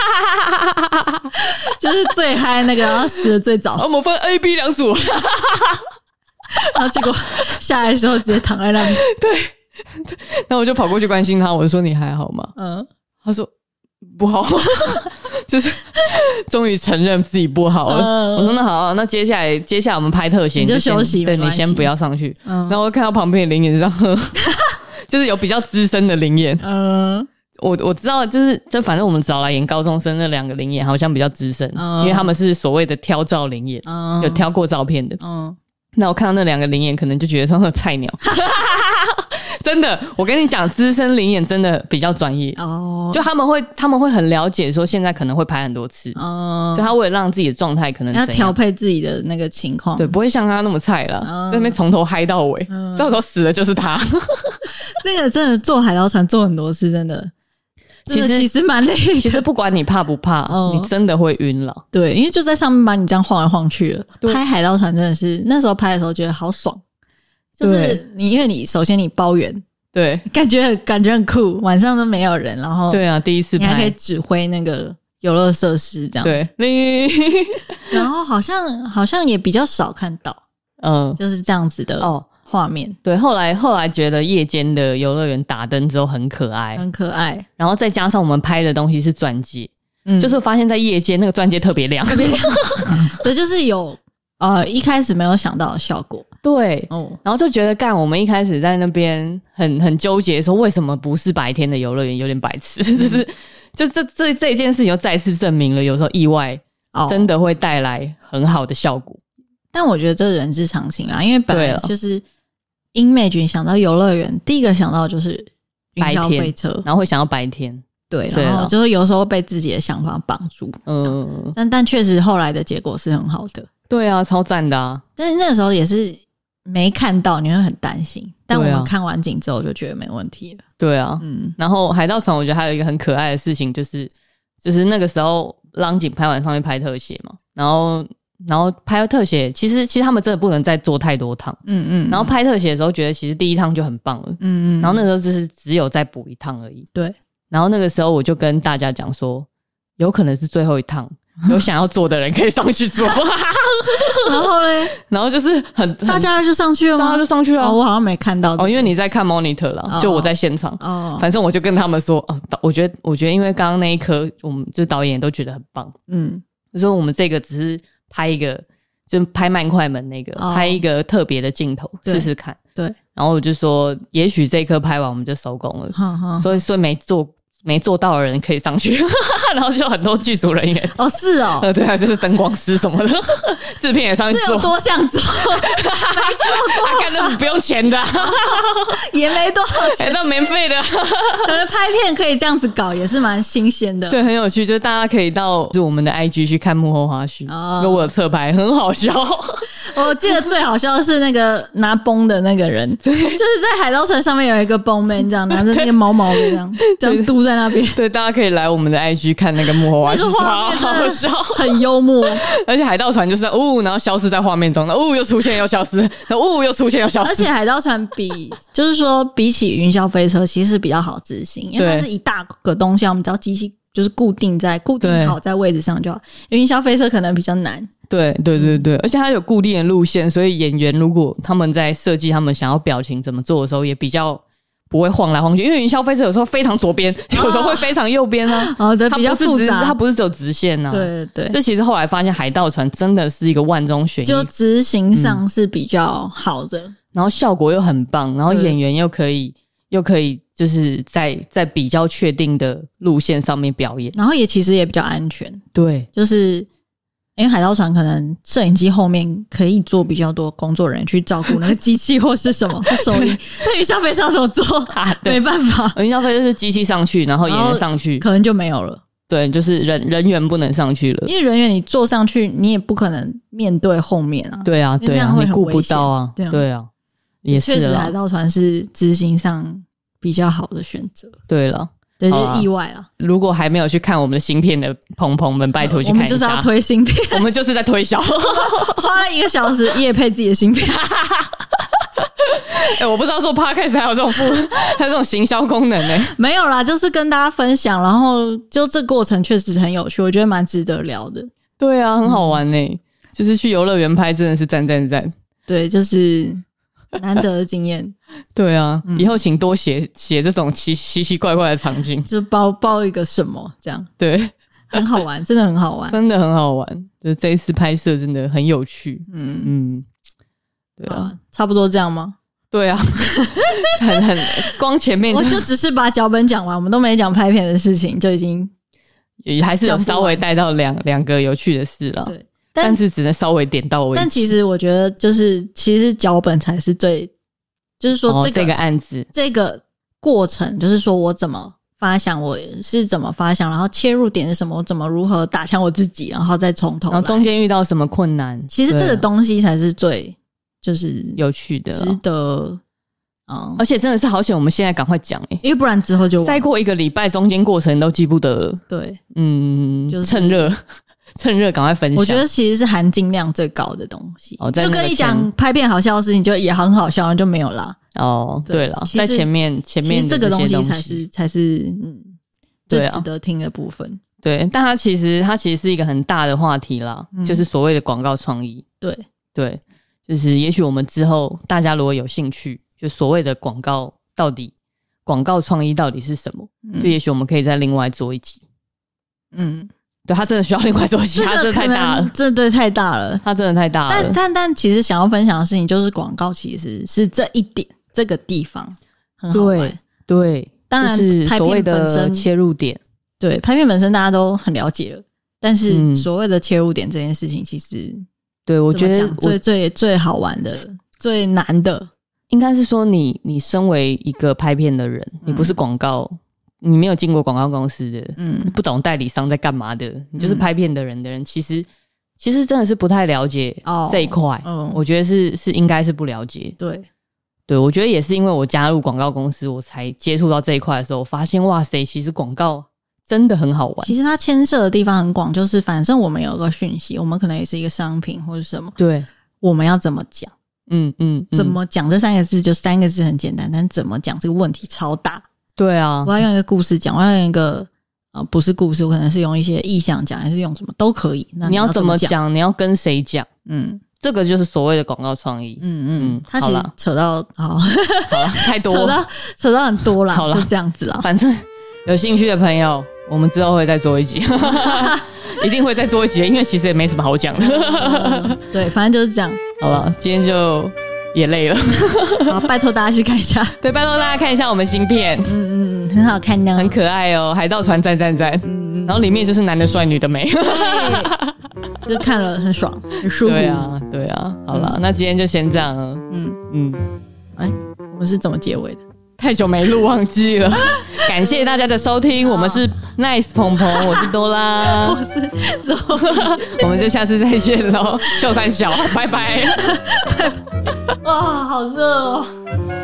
就是最嗨那个，然后死的最早。 我们分 A、B 2组， 然后结果下来的时候直接躺在那里。 对，然后我就跑过去关心他，我就说你还好吗？他说不好，就是终于承认自己不好了。我说那好，那接下来我们拍特写， 你就休息， 对，你先不要上去。然后我看到旁边的灵眼这样喝，就是有比较资深的灵眼。我知道，就是反正我们找来演高中生那2个灵眼好像比较资深，因为他们是所谓的挑照灵眼，有挑过照片的。那我看到那2个灵眼，可能就觉得说菜鸟。真的，我跟你讲，资深灵眼真的比较专业就他们会很了解说现在可能会拍很多次所以他为了让自己的状态可能要调配自己的那个情况， 对，不会像他那么菜啦在那边从头嗨到尾到时候死的就是他这个真的坐海盗船坐很多次真的其实蛮累的， 其实不管你怕不怕你真的会晕了， 对，因为就在上面把你这样晃来晃去了。拍海盗船真的是那时候拍的时候觉得好爽，就是因为你首先你包圆，对，感觉很酷，晚上都没有人，然后对啊，第一次拍你还可以指挥那个游乐设施这样， 对， 然后好像也比较少看到就是这样子的画面。 对，后来觉得夜间的游乐园打灯之后很可爱，然后再加上我们拍的东西是钻戒就是发现在夜间那个钻戒特别亮对，就是有一开始没有想到的效果， 对然后就觉得我们一开始在那边很纠结说为什么不是白天的游乐园，有点白痴就这一件事情又再次证明了有时候意外真的会带来很好的效果但我觉得这人之常情啦，因为本来就是image 想到游乐园第一个想到就是云霄飞车， 然后会想到白天， 对，然后就是有时候被自己的想法绑住但确实后来的结果是很好的， 对啊，超赞的啊！ 但是那个时候也是没看到你会很担心，但我们看完景之后就觉得没问题了， 对啊然后海盗船我觉得还有一个很可爱的事情就是那个时候浪景拍完上面拍特写嘛，然后拍特写其实他们真的不能再做太多趟然后拍特写的时候觉得其实第一趟就很棒了然后那个时候就是只有再补1趟而已， 对，然后那个时候我就跟大家讲说有可能是最后1趟有想要做的人可以上去做然后嘞然后就是大家就上去了吗？ 大家就上去了我好像没看到因为你在看 monitor 啦就我在现场反正我就跟他们说我觉得因为刚刚那一颗我们就导演都觉得很棒就说我们这个只是拍一个就拍慢快门那个拍一个特别的镜头试试看，对，然后我就说也许这一颗拍完我们就收工了所以没做到的人可以上去然后就很多剧组人员是对啊，就是灯光师什么的制片也上去做， 是有多想做看那不用钱的也没多少钱那免费的可能拍片可以这样子搞也是蛮新鲜的， 对，很有趣，就是大家可以到就我们的 IG 去看幕后花絮因为我有侧拍很好笑我记得最好笑的是那个拿崩的那个人就是在海盗船上面有一个崩 man 这样拿着那个毛毛的这样嘟在那边， 对，大家可以来我们的 IG 看那个幕后花絮超好笑很幽默而且海盗船就是然后消失在画面中又出现又消失然后又出现又消失， 而且海盗船就是说比起云霄飞车其实比较好执行，因为它是一大个东西我们只要机器就是固定好在位置上就好，云霄飞车可能比较难，对， 而且它有固定的路线，所以演员如果他们在设计他们想要表情怎么做的时候也比较不会晃来晃去，因为云霄飞车有时候非常左边有时候会非常右边这比较复杂， 它不是只有直线对，就其实后来发现海盗船真的是一个万中选一， 就执行上是比较好的然后效果又很棒，然后演员又可以就是在比较确定的路线上面表演， 然后其实也比较安全， 对， 就是因为海盗船可能摄影机后面可以做比较多工作人员去照顾那个机器或是什么收音那云霄飞车怎么做没办法， 云霄飞车是机器上去然后演员上去可能就没有了， 对，就是人员不能上去了， 因为人员你坐上去你也不可能面对后面对啊你顾不到对啊也是确实海盗船是执行上比较好的选择， 对了对，就是意外啦。 如果还没有去看我们的新片的朋友们拜托去看一下， 我们就是要推新片我们就是在推销花了1个小时业配自己的新片我不知道做 podcast 还有这种行销功能没有啦，就是跟大家分享，然后就这过程确实很有趣，我觉得蛮值得聊的， 对啊，很好玩就是去游乐园拍真的是赞，对，就是难得的经验对啊，以后请多写这种奇奇怪怪的场景， 就包一个什么这样， 对， 很好玩，真的很好玩， 真的很好玩。就这一次拍摄真的很有趣，对啊， 差不多这样吗？ 对啊，很光前面我就只是把脚本讲完，我们都没讲拍片的事情，就已经也还是有稍微带到两个有趣的事了。 对， 但是只能稍微点到为止。 但其实我觉得，就是其实脚本才是最，就是说这个案子这个过程，就是说我怎么发想，我是怎么发想，然后切入点是什么，我怎么如何打枪我自己，然后再从头来， 然后中间遇到什么困难， 其实这个东西才是最就是有趣的， 值得。 而且真的是好险，我们现在赶快讲因为不然之后就再过1个礼拜，中间过程都记不得了。 对， 就是趁热赶快分享。 我觉得其实是含金量最高的东西。 就跟你讲拍片好笑的事情，就也很好笑，就没有啦。 对了，在前面其实这个东西才是最值得听的部分。 对，但它其实是一个很大的话题啦，就是所谓的广告创意。对，就是也许我们之后大家如果有兴趣，就所谓的广告创意到底是什么？就也许我们可以再另外做一集。对，它真的需要另外做一集，它真的太大了， 对，太大了， 它真的太大了。 但其实想要分享的事情就是广告其实是这一点这个地方很好玩。 对， 当然就是拍片本身所谓的切入点， 对，拍片本身大家都很了解了，但是所谓的切入点这件事情，其实对我觉得最好玩的、最难的。 应该是说你身为一个拍片的人，你不是广告，你没有进过广告公司的，不懂代理商在干嘛的，你就是拍片的人，其实真的是不太了解这一块。我觉得是应该是不了解。对，我觉得也是因为我加入广告公司，我才接触到这一块的时候，我发现哇塞，其实广告真的很好玩。 其实它牵涉的地方很广，就是反正我们有个讯息，我们可能也是一个商品或者什么， 对， 我们要怎么讲？怎么讲这3个字，就3个字很简单，但怎么讲这个问题超大。 对啊， 我要用一个故事讲，我要用一个不是故事，我可能是用一些意象讲，还是用什么都可以。那你要怎么讲？你要跟谁讲？这个就是所谓的广告创意。 它其实扯到好了， 太多， 扯到很多啦， 好了， 就这样子啦。 反正有兴趣的朋友，我们之后会再做一集。一定会再做一集，因为其实也没什么好讲的。 对，反正就是这样。 好了，今天就也累了。 好，拜托大家去看一下。 对，拜托大家看一下我们新片。 很好看的， 很可爱哦，海盗船赞。然后里面就是男的帅，女的美。 就看了很爽，很舒服。 对啊。好了，那今天就先这样了。 我们是怎么结尾的？ 太久没录，忘记了。感谢大家的收听，我们是 Nice 鹏鹏，我是多拉， 我是Zoe， 我们就下次再见喽，秀三小，拜拜。 哇，好热哦。